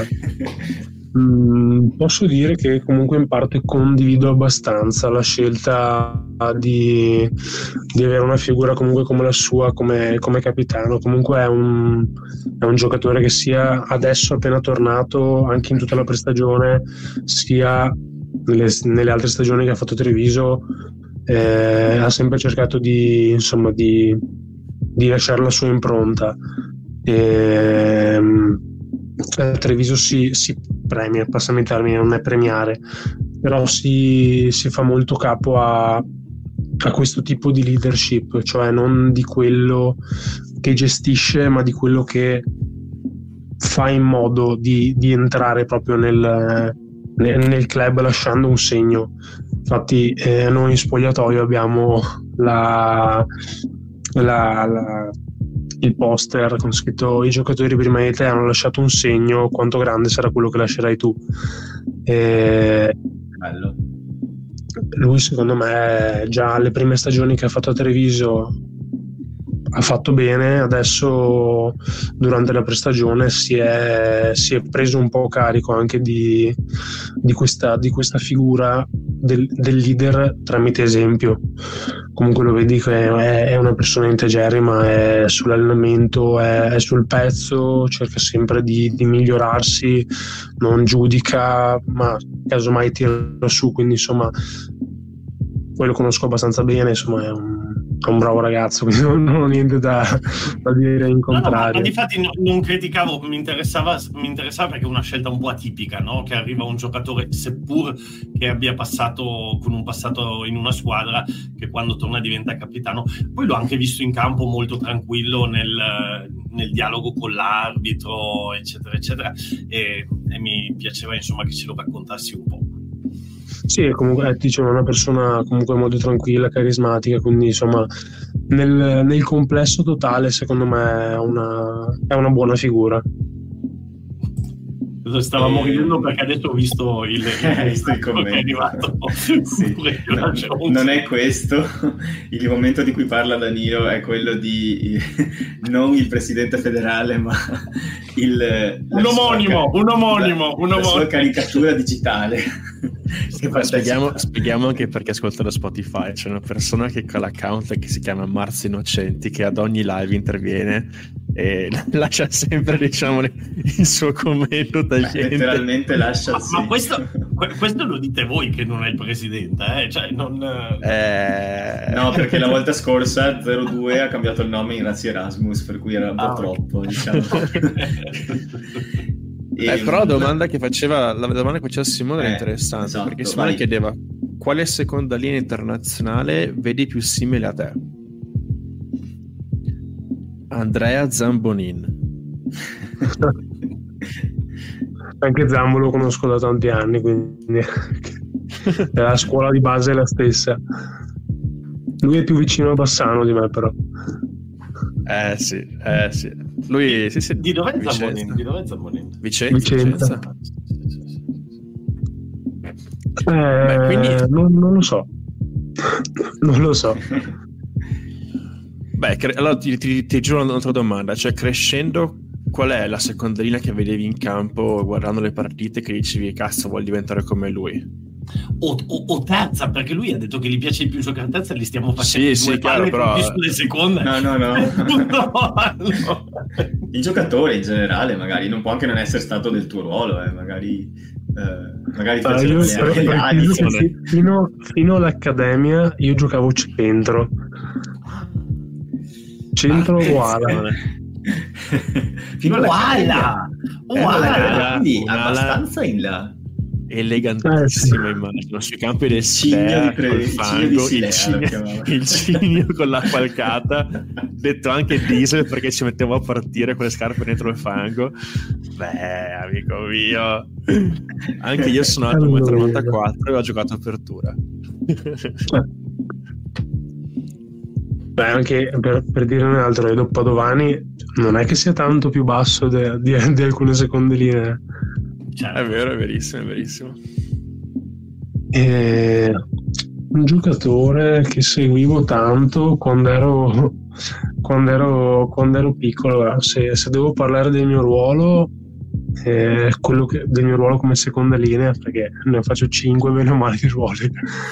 posso dire che comunque in parte condivido abbastanza la scelta di avere una figura comunque come la sua come capitano. Comunque è un giocatore che sia adesso appena tornato, anche in tutta la prestagione, sia nelle altre stagioni che ha fatto Treviso, ha sempre cercato di lasciare la sua impronta. Treviso si premia, passami il termine, non è premiare, però si fa molto capo a questo tipo di leadership, cioè non di quello che gestisce, ma di quello che fa in modo di entrare proprio nel club lasciando un segno. Infatti noi in spogliatoio abbiamo il poster con scritto: i giocatori prima di te hanno lasciato un segno, quanto grande sarà quello che lascerai tu. Bello. Lui secondo me già alle prime stagioni che ha fatto a Treviso ha fatto bene, adesso durante la prestagione si è preso un po' carico anche di questa figura del leader tramite esempio. Comunque lo vedi che è una persona integerrima, è sull'allenamento, è sul pezzo, cerca sempre di migliorarsi, non giudica, ma casomai tira su, quindi insomma poi lo conosco abbastanza bene, insomma è un bravo ragazzo, quindi non ho niente da dire in contrario. No, ma difatti non criticavo, mi interessava perché è una scelta un po' atipica, no? Che arriva un giocatore, seppur che abbia passato con un passato in una squadra, che quando torna diventa capitano. Poi l'ho anche visto in campo molto tranquillo nel dialogo con l'arbitro, eccetera eccetera, e mi piaceva insomma che ce lo raccontassi un po'. Sì, comunque dicevo, è una persona comunque molto tranquilla, carismatica, quindi insomma nel complesso totale secondo me è una buona figura. Stavamo ridendo perché adesso ho visto il commento che è arrivato. Sì. Non è questo il momento di cui parla Danilo, è quello di non il presidente federale, ma un omonimo la sua caricatura digitale. Spieghiamo anche perché ascolta da Spotify. C'è una persona che ha l'account che si chiama Marzi Innocenti, che ad ogni live interviene e lascia sempre, diciamo, il suo commento letteralmente lascia ma questo lo dite voi che non è il presidente, cioè non no, perché la volta scorsa 02 ha cambiato il nome in Razzi Erasmus, per cui era un po' troppo, diciamo. Però la domanda che faceva Simone era interessante, esatto, perché Simone chiedeva: quale seconda linea internazionale vedi più simile a te? Andrea Zambonin. Anche Zambo lo conosco da tanti anni, quindi la scuola di base è la stessa. Lui è più vicino a Bassano di me, però. Sì. Lui sì. Di dov'è Zambonin? Vicenza. Quindi non lo so. Beh, allora ti giuro un'altra domanda, cioè crescendo qual è la seconda linea che vedevi in campo guardando le partite che dicevi cazzo vuoi diventare come lui? O terza, perché lui ha detto che gli piace di più giocare a terza e li stiamo facendo sì, chiaro, però sulle seconde. No. Il giocatore in generale magari non può anche non essere stato del tuo ruolo, magari fino all'accademia io giocavo centro uguale fino alla quindi abbastanza in là, elegantissima immagino sui campi del Silea col fango, il cigno con la falcata, detto anche diesel perché ci mettevo a partire con le scarpe dentro il fango. Beh, amico mio, anche io sono alto 1,94 m e ho giocato apertura. Beh, anche per dire un altro, Edo Padovani non è che sia tanto più basso di alcune seconde linee. Certo. È vero, è verissimo. Un giocatore che seguivo tanto quando ero piccolo, se devo parlare del mio ruolo, del mio ruolo come seconda linea, perché ne faccio 5 bene o male di ruoli,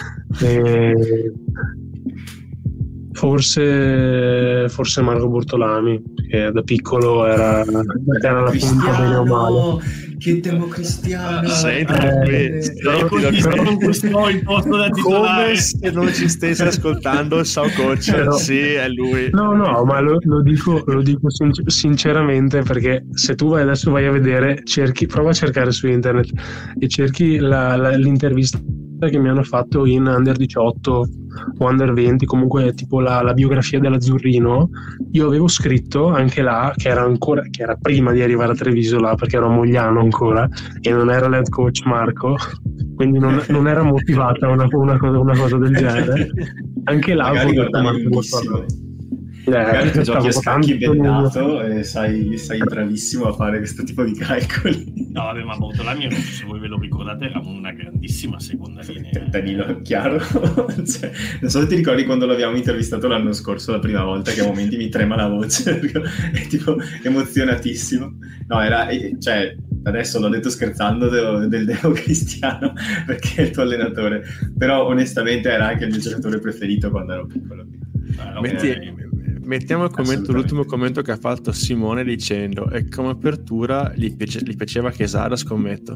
forse Marco Bortolami, che da piccolo era la punta bene o male. Che democristiano, come se non ci stesse ascoltando il Sao Coach. Sì, è lui. No, ma lo dico sinceramente, perché se tu adesso vai a vedere, prova a cercare su internet e cerchi l'intervista che mi hanno fatto in Under 18 o Under 20, comunque tipo la biografia dell'Azzurrino, io avevo scritto anche là che era prima di arrivare a Treviso, là, perché ero a Mogliano ancora e non era l'head coach Marco, quindi non era motivata una cosa del genere. Anche là magari tu giochi a scacchi bendato e sei bravissimo a fare questo tipo di calcoli. No, vabbè, ma Bortolami, non so se voi ve lo ricordate, era una grandissima seconda linea. Danilo, chiaro. Non so se ti ricordi quando l'abbiamo intervistato l'anno scorso la prima volta, che a momenti mi trema la voce, è tipo emozionatissimo. No, adesso l'ho detto scherzando del democristiano perché è il tuo allenatore, però onestamente era anche il mio giocatore preferito quando ero piccolo. Mettiamo il commento, l'ultimo commento che ha fatto Simone dicendo: e come apertura gli piaceva Chiesara, scommetto.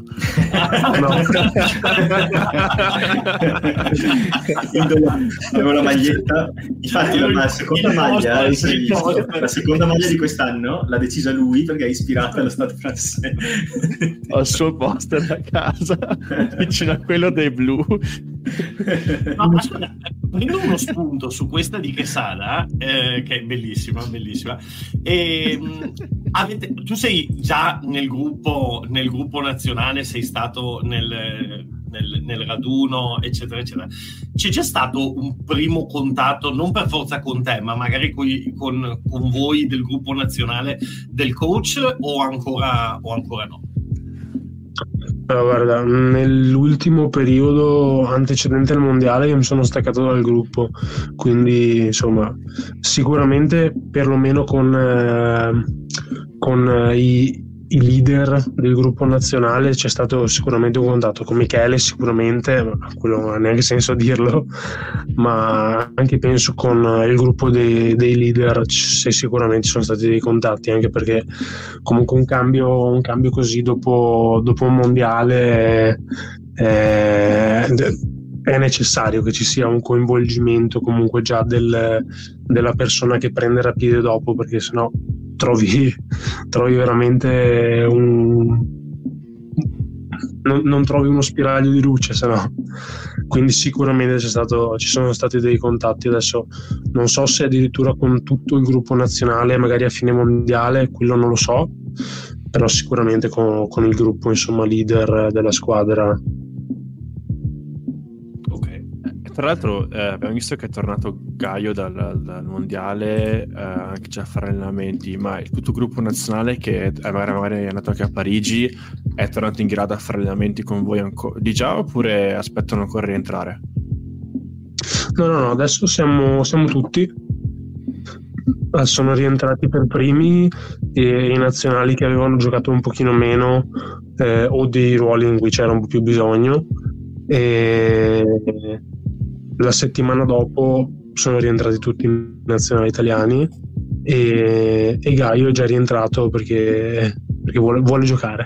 Avevo la maglietta, infatti la seconda maglia di quest'anno l'ha decisa lui perché è ispirato allo Stade Français. Ho il suo poster a casa vicino a quello dei blu. No, ascolta, prendo uno spunto su questa di Quesada, che è bellissima. E, tu sei già nel gruppo nazionale, sei stato nel raduno, eccetera, eccetera. C'è già stato un primo contatto, non per forza con te, ma magari con voi del gruppo nazionale del coach, o ancora no? Allora, guarda, nell'ultimo periodo antecedente al mondiale io mi sono staccato dal gruppo, quindi insomma sicuramente perlomeno con i leader del gruppo nazionale c'è stato sicuramente un contatto. Con Michele sicuramente, ma quello non ha neanche senso a dirlo, ma anche penso con il gruppo dei leader sicuramente sono stati dei contatti, anche perché comunque un cambio così dopo un mondiale è necessario che ci sia un coinvolgimento comunque già della persona che prenderà piede dopo, perché sennò trovi veramente non trovi uno spiraglio di luce, sennò. Quindi sicuramente ci sono stati dei contatti. Adesso non so se addirittura con tutto il gruppo nazionale, magari a fine mondiale, quello non lo so, però sicuramente con il gruppo, insomma, leader della squadra. Tra l'altro abbiamo visto che è tornato Gaio dal mondiale, anche già a fare allenamenti, ma il tutto gruppo nazionale che magari è andato anche a Parigi è tornato in grado a fare allenamenti con voi di già, oppure aspettano ancora di rientrare? No, adesso siamo tutti. sono rientrati per primi i nazionali che avevano giocato un pochino meno o dei ruoli in cui c'era un po' più bisogno, e la settimana dopo sono rientrati tutti i nazionali italiani, e Gaio è già rientrato perché vuole giocare.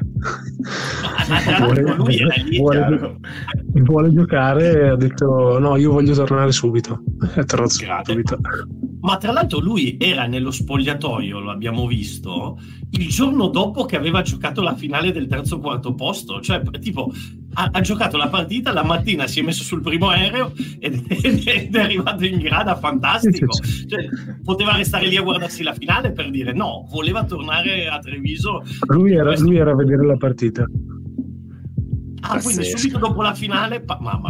Vuole giocare, e ha detto no, io voglio tornare subito. È tornato subito. Ma tra l'altro lui era nello spogliatoio, lo abbiamo visto, il giorno dopo che aveva giocato la finale del terzo quarto posto, cioè tipo ha giocato la partita, la mattina si è messo sul primo aereo ed è arrivato in grada, fantastico. Cioè, poteva restare lì a guardarsi la finale per dire no, voleva tornare a Treviso. Lui era a vedere la partita. Quindi subito dopo la finale, mamma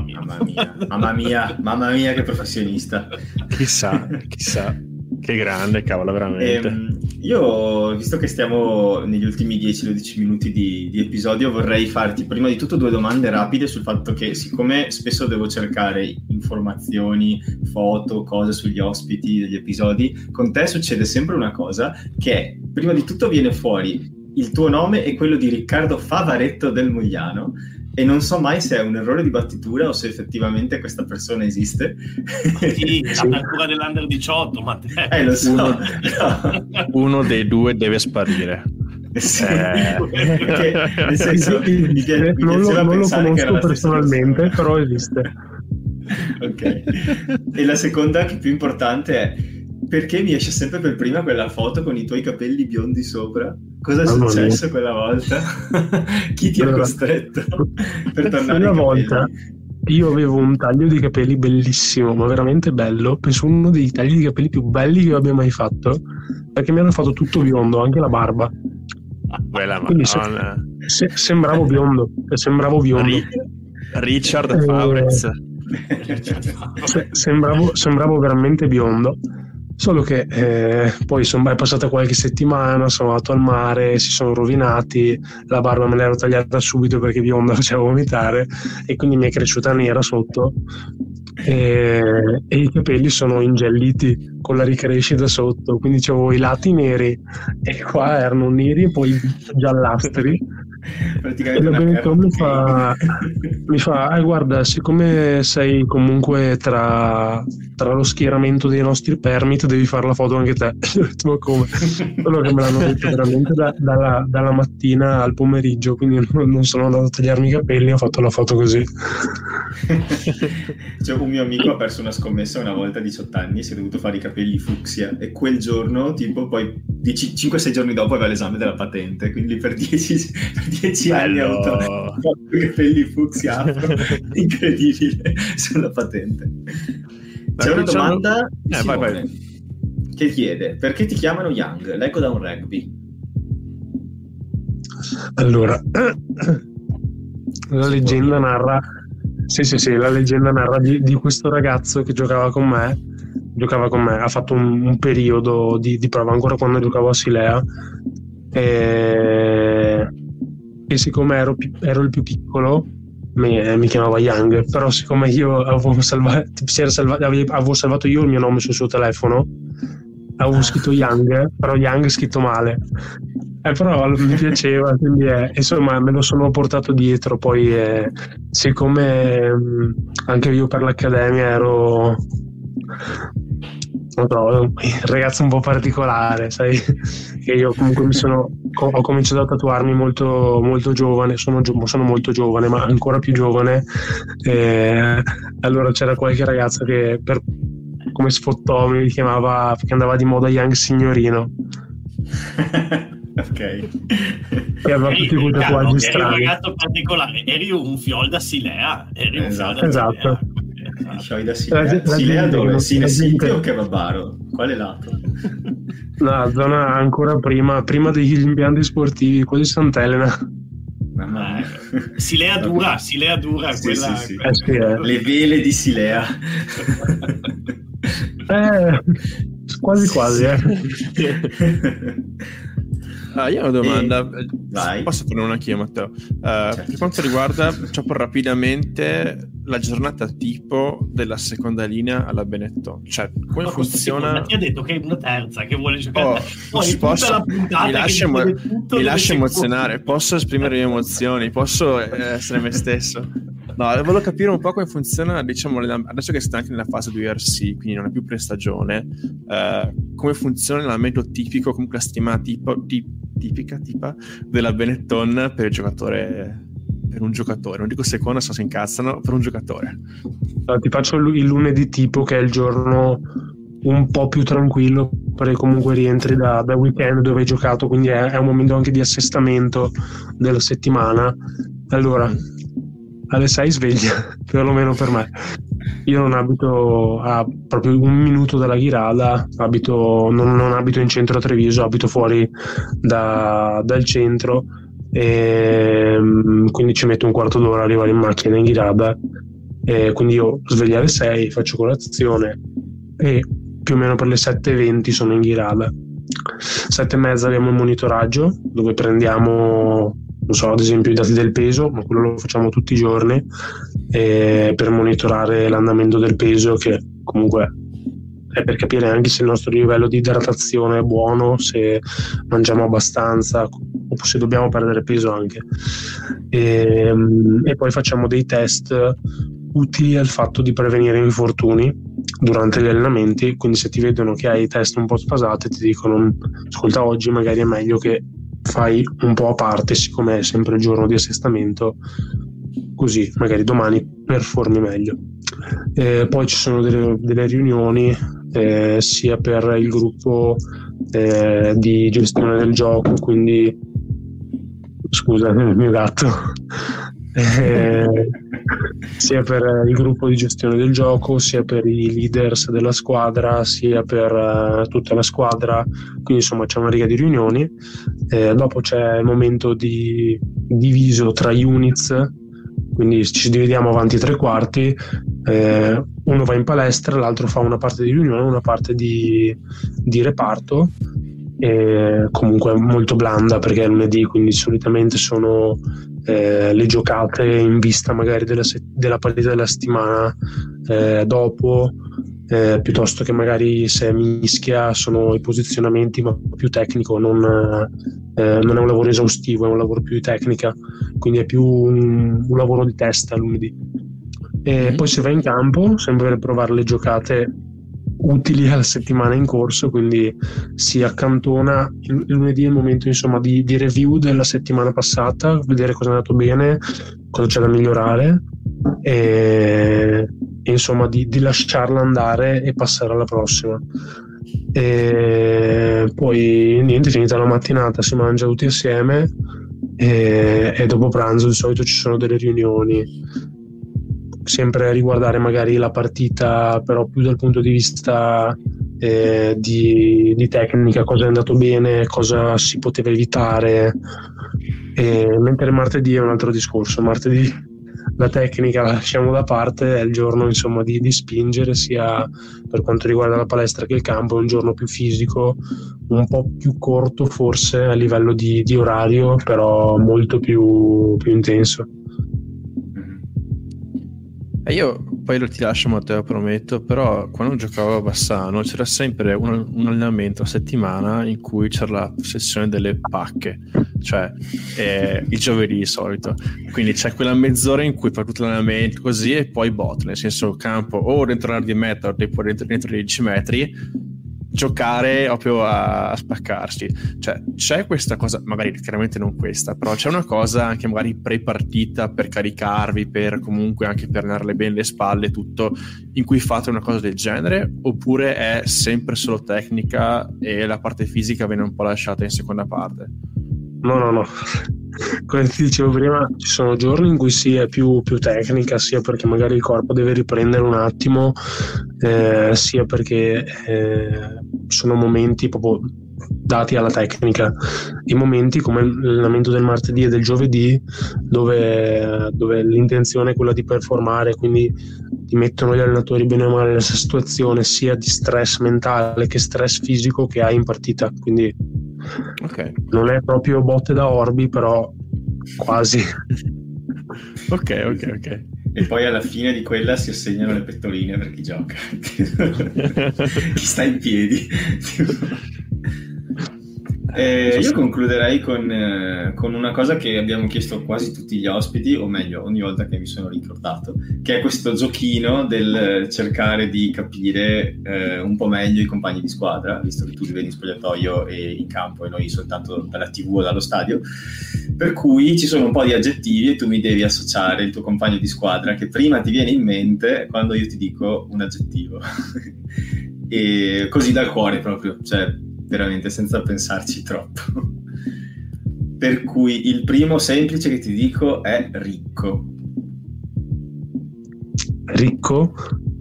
mia, che professionista. Chissà, che grande, cavolo, veramente. Io, visto che stiamo negli ultimi 10-12 minuti di episodio, vorrei farti prima di tutto 2 domande rapide sul fatto che, siccome spesso devo cercare informazioni, foto, cose sugli ospiti degli episodi, con te succede sempre una cosa, che è, prima di tutto viene fuori il tuo nome e quello di Riccardo Favaretto del Mogliano, e non so mai se è un errore di battitura o se effettivamente questa persona esiste. Sì, l'apertura dell'Under 18, ma lo so. Uno dei due deve sparire. Sì, perché, nel senso, non lo conosco personalmente, però esiste. Ok. E la seconda, che più importante, è: perché mi esce sempre per prima quella foto con i tuoi capelli biondi sopra? Cosa è successo quella volta? Chi ti ha costretto per tornare? Una volta io avevo un taglio di capelli bellissimo, ma veramente bello, penso uno dei tagli di capelli più belli che io abbia mai fatto, perché mi hanno fatto tutto biondo, anche la barba. Quindi sembravo biondo. Richard Favrez. Sembravo veramente biondo. Solo che poi è passata qualche settimana, sono andato al mare, si sono rovinati, la barba me l'ero tagliata subito perché bionda faceva vomitare, e quindi mi è cresciuta nera sotto, e i capelli sono ingelliti con la ricrescita sotto, quindi c'avevo i lati neri e qua erano neri e poi giallastri. E la Benetton mi fa guarda, siccome sei comunque tra lo schieramento dei nostri permit, devi fare la foto anche te. Io ho detto, ma come? Quello che me l'hanno detto veramente dalla mattina al pomeriggio, quindi non sono andato a tagliarmi i capelli, ho fatto la foto così. Cioè, un mio amico ha perso una scommessa una volta a 18 anni, si è dovuto fare i capelli fucsia, e quel giorno, tipo, poi 5-6 giorni dopo aveva l'esame della patente, quindi per 10 anni ha avuto i capelli fucsia incredibile sulla patente. C'è una domanda di Simone, che chiede: perché ti chiamano Young? Leggo da un rugby. Allora, la leggenda narra la leggenda narra di questo ragazzo che giocava con me, ha fatto un periodo di prova ancora quando giocavo a Silea, e siccome ero il più piccolo mi chiamava Young, però siccome io avevo salvato io il mio nome sul suo telefono, avevo scritto Young, però Young scritto male, però mi piaceva, quindi insomma me lo sono portato dietro. Poi siccome anche io per l'accademia ero un ragazzo un po' particolare, sai, che io comunque ho cominciato a tatuarmi molto, molto giovane, sono molto giovane, ma ancora più giovane, allora c'era qualche ragazza che come sfottò mi chiamava, perché andava di moda Young Signorino. Ok. E aveva tutti quei tatuaggi strani. Eri un ragazzo particolare, eri un fiol da Silea. Esatto. Fiol da Silea. Silea dove? Sine City o Cavabaro? Quale lato? No, zona ancora prima degli impianti sportivi, quelli di Sant'Elena. Silea dura, sì, quella. Sì. Le vele di Silea. Quasi. Io ho una domanda, Vai. posso fare una anch'io, Matteo? Certo. Per quanto riguarda proprio rapidamente la giornata tipo della seconda linea alla Benetton, cioè come funziona? Ti ha detto che è una terza che vuole giocare. Mi lascia emozionare, posso esprimere le mie emozioni, posso essere me stesso. No, volevo capire un po' come funziona, diciamo, adesso che siete anche nella fase 2RC, quindi non è più prestagione, come funziona l'allenamento tipico, comunque la settimana tipica della Benetton per il giocatore, per un giocatore, non dico seconda, se si incazzano, per un giocatore. Allora, ti faccio il lunedì tipo, che è il giorno un po' più tranquillo, perché comunque rientri da weekend dove hai giocato, quindi è un momento anche di assestamento della settimana. Allora, alle 6 sveglia, perlomeno per me. Io non abito a proprio un minuto dalla Ghirada, non abito in centro a Treviso, abito fuori dal centro, e quindi ci metto un quarto d'ora ad arrivare in macchina in Ghirada, e quindi io sveglio alle 6, faccio colazione e più o meno per le 7:20 sono in Ghirada. 7:30 abbiamo il monitoraggio, dove prendiamo, non so, ad esempio i dati del peso, ma quello lo facciamo tutti i giorni, per monitorare l'andamento del peso, che comunque è per capire anche se il nostro livello di idratazione è buono, se mangiamo abbastanza o se dobbiamo perdere peso anche. E poi facciamo dei test utili al fatto di prevenire infortuni durante gli allenamenti, quindi se ti vedono che hai i test un po' sfasati ti dicono: ascolta, oggi magari è meglio che fai un po' a parte, siccome è sempre il giorno di assestamento, così magari domani performi meglio. Poi ci sono delle riunioni sia per il gruppo di gestione del gioco, quindi scusa il mio gatto, sia per il gruppo di gestione del gioco, sia per i leaders della squadra, sia per tutta la squadra, quindi insomma c'è una riga di riunioni. Dopo c'è il momento diviso tra units, quindi ci dividiamo avanti 3/4, uno va in palestra, l'altro fa una parte di riunione, una parte di reparto, comunque molto blanda perché è lunedì, quindi solitamente sono le giocate in vista magari della partita della settimana dopo, piuttosto che magari se mischia sono i posizionamenti, ma più tecnico, non è un lavoro esaustivo, è un lavoro più di tecnica, quindi è più un lavoro di testa lunedì. Poi si va in campo sempre per provare le giocate utili alla settimana in corso, quindi si accantona il lunedì, è il momento insomma di review della settimana passata, vedere cosa è andato bene, cosa c'è da migliorare, e insomma di lasciarla andare e passare alla prossima. E poi niente, finita la mattinata si mangia tutti assieme, e dopo pranzo di solito ci sono delle riunioni sempre a riguardare magari la partita, però più dal punto di vista di tecnica, cosa è andato bene, cosa si poteva evitare, mentre martedì è un altro discorso. Martedì la tecnica la lasciamo da parte, è il giorno insomma di spingere, sia per quanto riguarda la palestra che il campo. È un giorno più fisico, un po' più corto forse a livello di orario, però molto più intenso. Io poi ti lascio, Matteo, prometto, però quando giocavo a Bassano c'era sempre un allenamento a settimana in cui c'era la sessione delle pacche, cioè il giovedì di solito, quindi c'è quella mezz'ora in cui fa tutto l'allenamento così e poi nel senso campo o dentro l'area di metro o dentro i 10 metri, giocare proprio a spaccarsi. Cioè c'è questa cosa, magari chiaramente non questa, però c'è una cosa anche magari pre-partita per caricarvi, per comunque anche per allenarle bene le spalle, tutto, in cui fate una cosa del genere, oppure è sempre solo tecnica e la parte fisica viene un po' lasciata in seconda parte? No. Come ti dicevo prima, ci sono giorni in cui sì, è più tecnica, sia perché magari il corpo deve riprendere un attimo, sia perché sono momenti proprio dati alla tecnica. I momenti come l'allenamento del martedì e del giovedì, dove l'intenzione è quella di performare, quindi ti mettono gli allenatori bene o male nella situazione sia di stress mentale che stress fisico che hai in partita, quindi Ok. Non è proprio botte da orbi, però quasi. Ok. E poi alla fine di quella si assegnano le pettoline per chi gioca. Chi sta in piedi. Io concluderei con una cosa che abbiamo chiesto a quasi tutti gli ospiti, o meglio, ogni volta che mi sono ricordato, che è questo giochino del cercare di capire un po' meglio i compagni di squadra, visto che tu li vedi in spogliatoio e in campo e noi soltanto dalla TV o dallo stadio, per cui ci sono un po' di aggettivi e tu mi devi associare il tuo compagno di squadra che prima ti viene in mente quando io ti dico un aggettivo. E così dal cuore proprio, cioè veramente senza pensarci troppo. Per cui il primo semplice che ti dico è ricco. Ricco?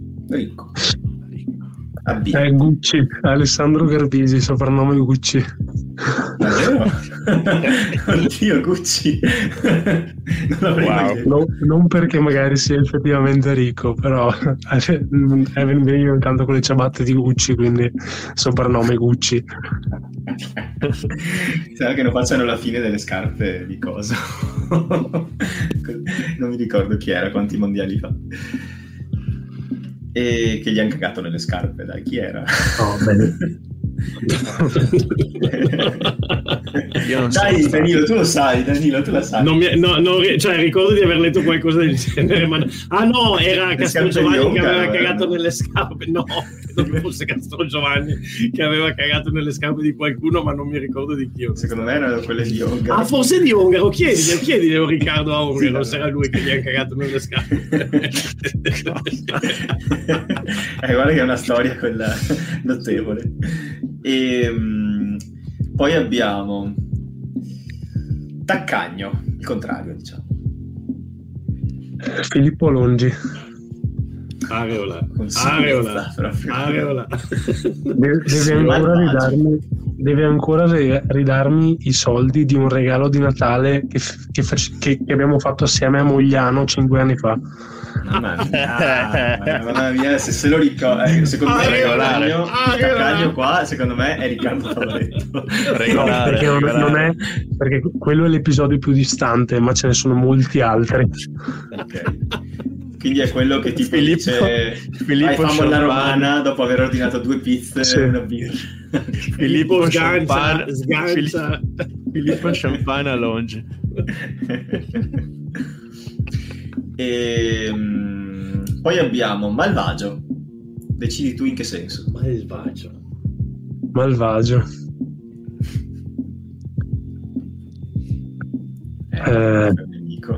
Gucci, Alessandro Garbisi, soprannome Gucci. Davvero? Oddio, Gucci. Non mai non perché magari sia effettivamente ricco, però veniva intanto con le ciabatte di Gucci, quindi soprannome Gucci. Sembra che non facciano la fine delle scarpe di cosa. Non mi ricordo chi era, quanti mondiali fa. E che gli hanno cagato nelle scarpe, dai, chi era? Bene. Dai, Danilo, tu lo sai, Danilo, tu la sai. Cioè, ricordo di aver letto qualcosa del genere, ma no, era Castro Giovanni che aveva cagato nelle scarpe. No, credo che fosse Castro Giovanni che aveva cagato nelle scarpe di qualcuno, ma non mi ricordo di chi. Secondo me erano quelle di Ongaro. Ah, forse di Ongaro. Chiedile Riccardo a Ongaro se era lui che gli ha cagato nelle scarpe. Guarda che è una storia quella notevole. E poi abbiamo taccagno, il contrario, diciamo. Filippo Longi. Areola. Deve ancora ridarmi i soldi di un regalo di Natale che abbiamo fatto assieme a Mogliano 5 anni fa. Mamma mia, se lo ricordo, secondo me il taccagno qua, secondo me è Riccardo Favoretto. Regolare. Non è, perché quello è l'episodio più distante, ma ce ne sono molti altri. Ok. Quindi è quello che tipo dice Filippo famo la romana dopo aver ordinato 2 pizze e una birra. Filippo sgancia. Filippo Champagne a Longe. E poi abbiamo malvagio. Decidi tu in che senso. Malvagio. Nemico.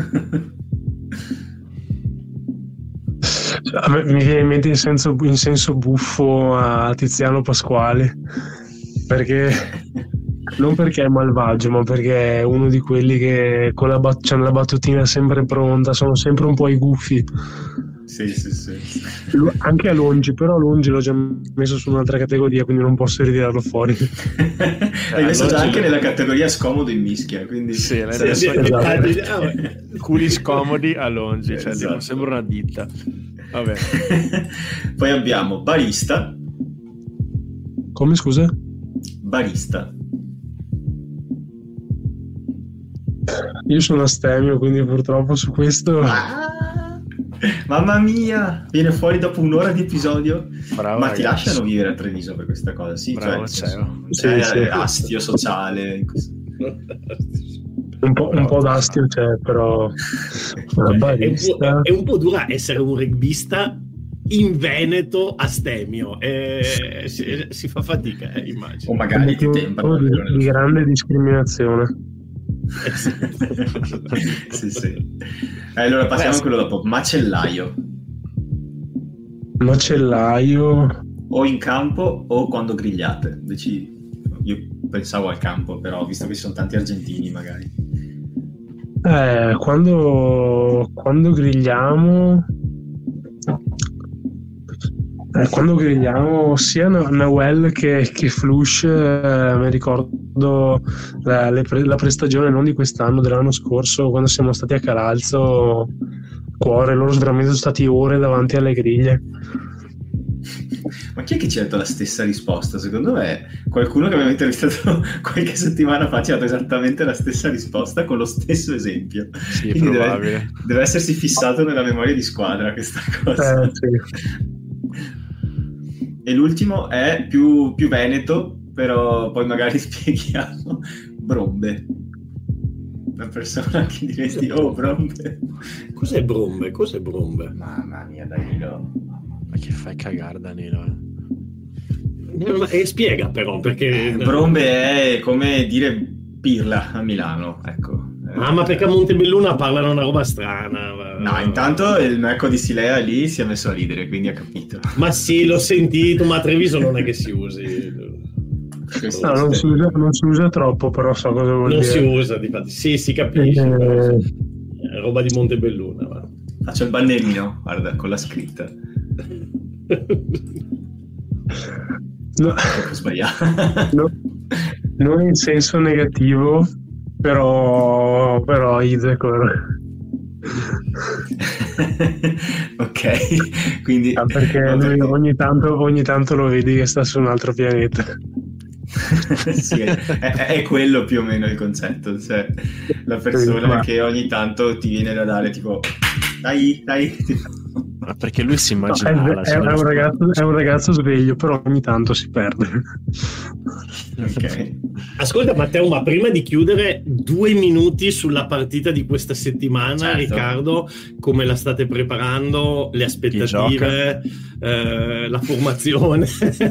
A me mi viene in mente in senso buffo a Tiziano Pasquale, perché non perché è malvagio, ma perché è uno di quelli che con c'hanno la battutina sempre pronta, sono sempre un po' i gufi. Sì. Anche a Longi, però a Longi l'ho già messo su un'altra categoria, quindi non posso ritirarlo fuori. L'hai messo già anche nella categoria scomodo in mischia, quindi sì, culi scomodi a Longi, cioè esatto. Sembra una ditta. Vabbè. Poi abbiamo barista. Come, scusa? Barista. Io sono astemio, quindi purtroppo su questo mamma mia, viene fuori dopo un'ora di episodio. Bravo, ma ragazzi. Ti lasciano vivere a Treviso per questa cosa? Sì, bravo, cioè astio sociale. Un po' d'astio c'è, però barista. È un po' dura essere un rugbista in Veneto astemio, si fa fatica, immagino. O magari ti tempano di grande discriminazione. Sì. Allora passiamo a quello dopo. Macellaio. O in campo o quando grigliate. Decidi. Io pensavo al campo, però visto che ci sono tanti argentini magari. Quando grigliamo sia Nahuel che Flush, mi ricordo la prestagione non di quest'anno, dell'anno scorso, quando siamo stati a Calalzo, cuore, loro veramente sono stati ore davanti alle griglie. Ma chi è che ci ha dato la stessa risposta? Secondo me qualcuno che abbiamo intervistato qualche settimana fa ci ha dato esattamente la stessa risposta con lo stesso esempio. Sì, quindi deve essersi fissato nella memoria di squadra questa cosa. Sì. E l'ultimo è più veneto, però poi magari spieghiamo. Brombe. Una persona che diresti, oh, Brombe. Cos'è Brombe? Mamma mia, Danilo. Ma che fai cagare, Danilo? Spiega però, perché... Brombe è come dire pirla a Milano, ecco. Ma perché a Montebelluna parlano una roba strana. No, intanto il Mecco di Silea lì si è messo a ridere, quindi ha capito. Ma sì, l'ho sentito, ma a Treviso non è che si usi. No, non si usa troppo, però so cosa vuol dire. Non si usa, difatti. Sì, si capisce. Però, roba di Montebelluna. Va. Faccio il bannellino, guarda, con la scritta. No, ho sbagliato. No, non in senso negativo, però ok, quindi perché lui ogni tanto lo vedi che sta su un altro pianeta. Sì, è quello più o meno il concetto, cioè la persona che ogni tanto ti viene da dare tipo dai ma perché lui si immagina è un ragazzo sveglio, però ogni tanto si perde. Okay. Ascolta Matteo, ma prima di chiudere 2 minuti sulla partita di questa settimana, certo. Riccardo, come la state preparando, le aspettative, la formazione?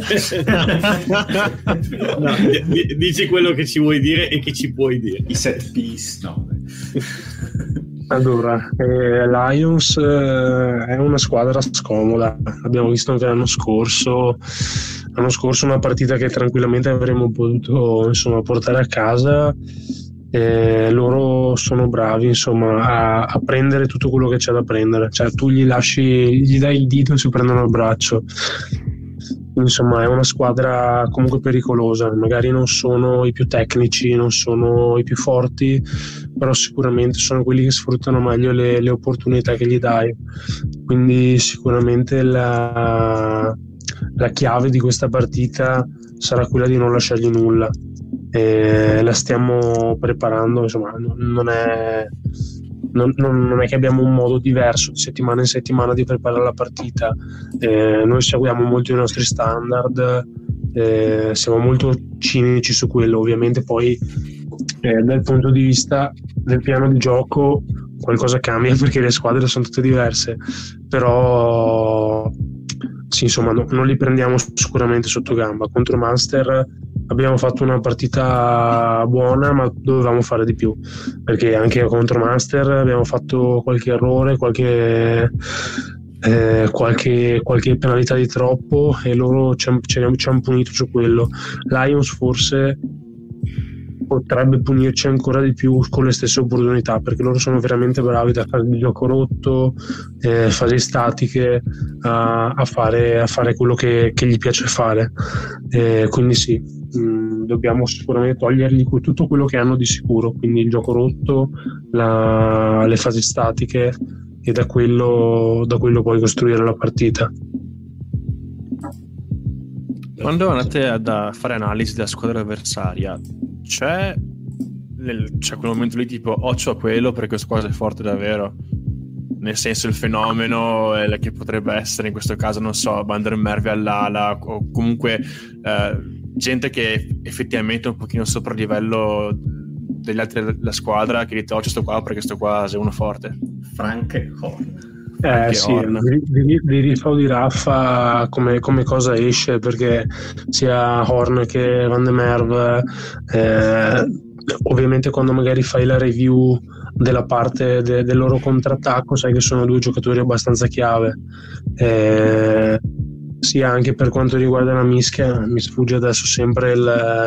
No, dici quello che ci vuoi dire e che ci puoi dire. I set piece, no. Allora, Lions è una squadra scomoda, abbiamo visto anche l'anno scorso una partita che tranquillamente avremmo potuto portare a casa. Loro sono bravi a prendere tutto quello che c'è da prendere, cioè tu gli dai il dito e si prendono il braccio. Insomma, è una squadra comunque pericolosa, magari non sono i più tecnici, non sono i più forti, però sicuramente sono quelli che sfruttano meglio le opportunità che gli dai. Quindi sicuramente la chiave di questa partita sarà quella di non lasciargli nulla. La stiamo preparando, insomma, non è che abbiamo un modo diverso di settimana in settimana di preparare la partita. Noi seguiamo molto i nostri standard, siamo molto cinici su quello. Ovviamente poi dal punto di vista del piano di gioco qualcosa cambia perché le squadre sono tutte diverse, però sì, insomma, non li prendiamo sicuramente sotto gamba. Contro Munster abbiamo fatto una partita buona, ma dovevamo fare di più, perché anche contro Munster abbiamo fatto qualche errore, qualche penalità di troppo, e loro ci hanno punito su quello. Lions forse potrebbe punirci ancora di più con le stesse opportunità, perché loro sono veramente bravi da fare il gioco rotto, fasi statiche, a fare quello che gli piace fare. Quindi sì, dobbiamo sicuramente togliergli tutto quello che hanno di sicuro, quindi il gioco rotto, le fasi statiche, e da quello poi costruire la partita. Quando andate a fare analisi della squadra avversaria, c'è quel momento lì tipo occhio a quello perché questa cosa è forte davvero, nel senso il fenomeno che potrebbe essere in questo caso, non so, Vander Merwe all'ala, o comunque gente che effettivamente è un pochino sopra il livello degli altri della squadra, che dite occhio sto qua perché sto qua sei uno forte. Frank Horn. Sì, di Rifa o di Raffa come cosa esce, perché sia Horn che Van der Merwe, ovviamente quando magari fai la review della parte del loro contrattacco sai che sono 2 giocatori abbastanza chiave. Sì, anche per quanto riguarda la mischia, mi sfugge adesso sempre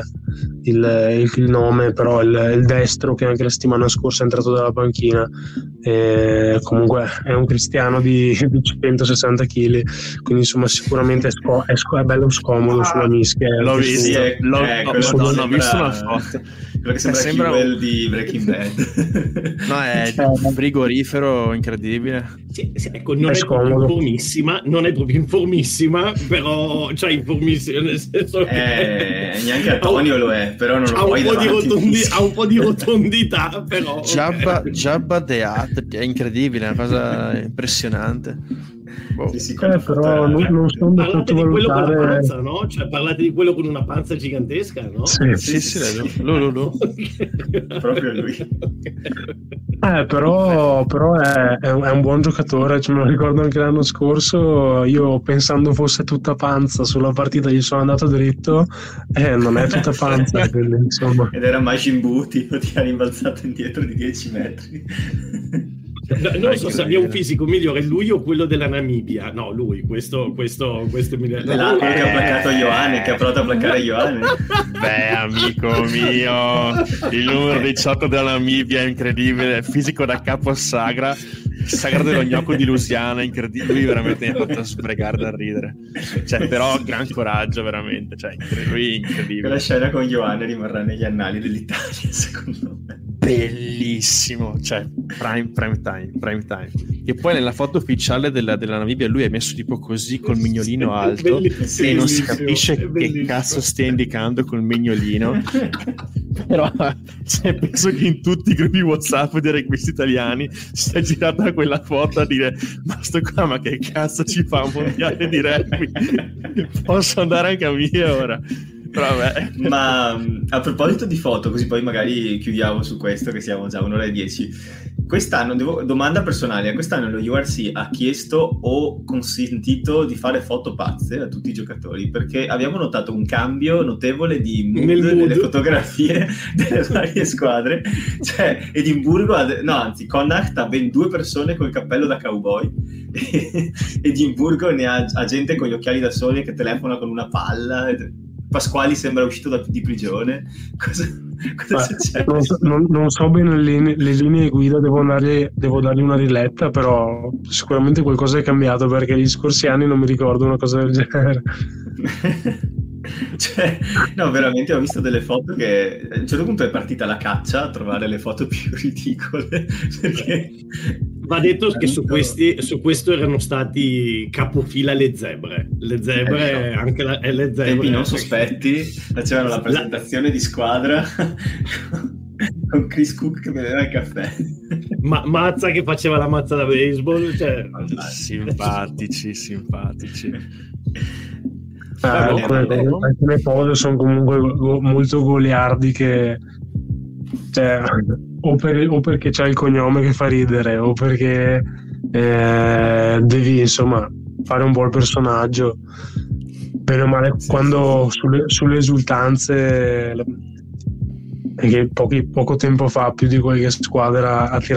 il nome, però il destro che anche la settimana scorsa è entrato dalla panchina, comunque è un cristiano di 160 kg, quindi insomma sicuramente è bello scomodo sulla mischia. L'ho visto, ho visto una foto. Quello che sembra Hewell di Breaking Bad. No, è un frigorifero incredibile. Sì, ecco, non è proprio informissima, però cioè informissima nel senso che neanche Antonio lo è, però non lo puoi ha un po' di rotondità, però Jabba the Hutt è incredibile, è una cosa impressionante. Sì, però non sono da sottovalutare. Quello con la panza, no? Cioè, parlate di quello con una panza gigantesca, no? Sì, lui. Proprio lui. Però è un buon giocatore, me lo ricordo anche l'anno scorso, io pensando fosse tutta panza sulla partita gli sono andato dritto, non è tutta panza, quindi, insomma. Ed era Majin Buu, tipo ti ha rimbalzato indietro di 10 metri. Non so se abbia un fisico migliore lui o quello della Namibia. No, lui, questo è migliore. Che ha placcato Ioane, che ha provato a placcare Ioane. Beh, amico mio, il numero 18 della Namibia è incredibile, fisico da capo a sagra dello gnocco di Lusiana, incredibile. Lui veramente mi ha fatto sbregare da ridere, cioè, però gran coraggio veramente, cioè, lui incredibile. Quella scena con Ioane rimarrà negli annali dell'Italia, secondo me. Bellissimo, cioè prime time. E poi nella foto ufficiale della Namibia lui è messo tipo così col mignolino alto e non si capisce che cazzo stia indicando col mignolino. Però penso che in tutti i gruppi WhatsApp dei rugbisti italiani si è girata quella foto a dire: ma sto qua, ma che cazzo ci fa un mondiale di rugby? Posso andare anche a mia ora? Vabbè. Ma a proposito di foto, così poi magari chiudiamo su questo, che siamo già 1:10. Quest'anno, domanda personale, quest'anno lo URC ha chiesto o consentito di fare foto pazze a tutti i giocatori, perché abbiamo notato un cambio notevole di mood nelle fotografie delle varie squadre. Cioè Edimburgo Connacht ha ben 2 persone col cappello da cowboy. Edimburgo ne ha gente con gli occhiali da sole che telefona con una palla. Pasquali sembra uscito di prigione. Cosa succede? Non so bene le linee guida, devo dargli una riletta, però sicuramente qualcosa è cambiato, perché gli scorsi anni non mi ricordo una cosa del genere. Cioè, no, veramente ho visto delle foto che a un certo punto è partita la caccia a trovare le foto più ridicole, perché va detto che su questo erano stati capofila le zebre, anche le zebre tempi non sospetti, facevano la presentazione di squadra con Chris Cook che beveva il caffè, Mazza che faceva la mazza da baseball, cioè simpatici. Alcune cose sono comunque molto goliardiche, cioè, o perché c'è il cognome che fa ridere, o perché devi insomma fare un buon personaggio. Bene o male, quando sulle esultanze, perché poco tempo fa più di qualche squadra ha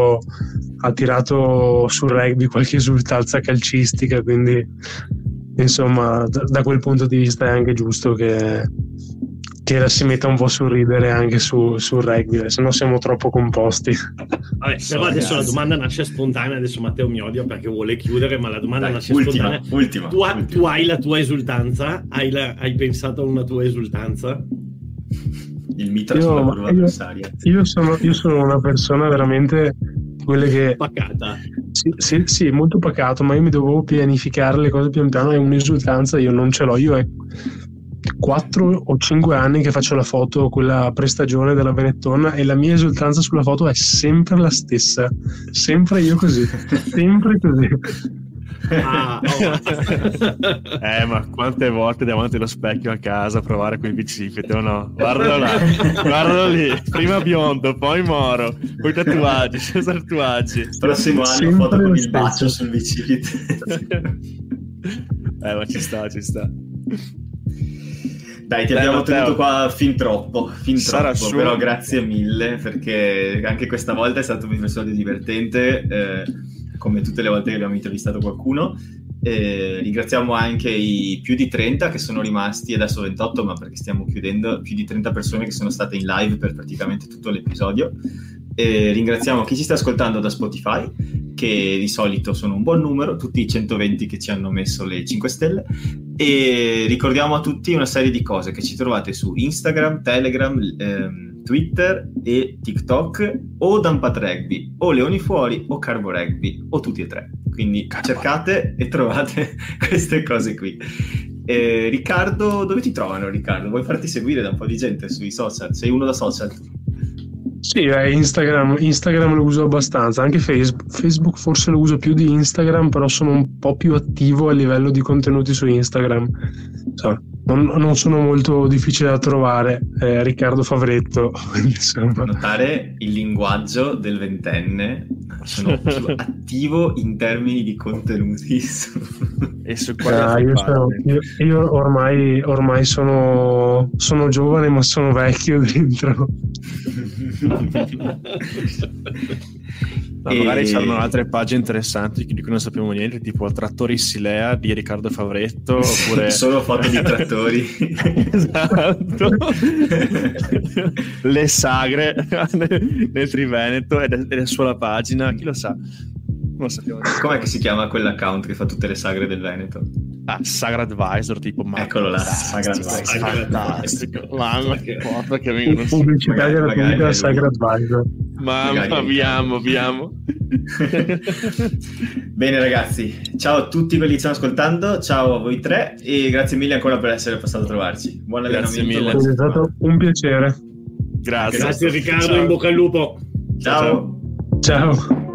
tirato sul rugby qualche esultanza calcistica, quindi insomma da quel punto di vista è anche giusto che si metta un po' sul ridere anche sul rugby, se no siamo troppo composti. Vabbè, però adesso la domanda nasce spontanea, adesso Matteo mi odia perché vuole chiudere, ma la domanda nasce spontanea. Ultima. Tu hai la tua esultanza? Hai pensato a una tua esultanza? Il mitra sulla curva avversaria. Io sono una persona veramente quelle che pacata. Sì, molto pacato, ma io mi dovevo pianificare le cose pian piano, e un'esultanza io non ce l'ho. Io è 4 o 5 anni che faccio la foto, quella prestagione della Benetton, e la mia esultanza sulla foto è sempre la stessa, sempre io così, sempre così. Ma quante volte davanti allo specchio a casa a provare quel bicipite, o no? Guardalo lì, prima biondo, poi moro, poi tatuaggi, senza tatuaggi. Prossimo anno foto con il bacio sul bicipite. Ma ci sta. Dai, ti abbiamo tenuto qua fin troppo, però grazie mille, perché anche questa volta è stato un episodio divertente, come tutte le volte che abbiamo intervistato qualcuno. Ringraziamo anche i più di 30 che sono rimasti, adesso 28, ma perché stiamo chiudendo, più di 30 persone che sono state in live per praticamente tutto l'episodio. ringraziamo chi ci sta ascoltando da Spotify, che di solito sono un buon numero, tutti i 120 che ci hanno messo le 5 stelle, e ricordiamo a tutti una serie di cose che ci trovate su Instagram, Telegram, Twitter e TikTok, o Dampat Rugby, o Leoni Fuori, o Carbo Rugby, o tutti e tre. Quindi cercate e trovate queste cose qui. Riccardo, dove ti trovano, Riccardo? Vuoi farti seguire da un po' di gente sui social? Sei uno da social? Sì, Instagram lo uso abbastanza, anche Facebook forse lo uso più di Instagram, però sono un po' più attivo a livello di contenuti su Instagram. Non sono molto difficili da trovare, Riccardo Favretto. Notare il linguaggio del ventenne, sono più attivo in termini di contenuti e su quale io ormai sono giovane, ma sono vecchio dentro. Magari c'erano altre pagine interessanti di cui non sappiamo niente, tipo Trattori Silea di Riccardo Favretto, oppure solo foto di trattori. Esatto. Le sagre nel Triveneto ed è sulla pagina, chi lo sa. Non sappiamo. Com'è che si chiama quell'account che fa tutte le sagre del Veneto? Sagra Advisor, tipo. Eccolo là, Sagra Advisor. Fantastico. Mamma che porta che vengono pubblicità gratuita Sagra Advisor. Mamma, abbiamo. Bene ragazzi, ciao a tutti quelli che stanno ascoltando, ciao a voi tre e grazie mille ancora per essere passato a trovarci. Buon allenamento. È stato un piacere. Grazie Riccardo, ciao. In bocca al lupo. Ciao. Ciao.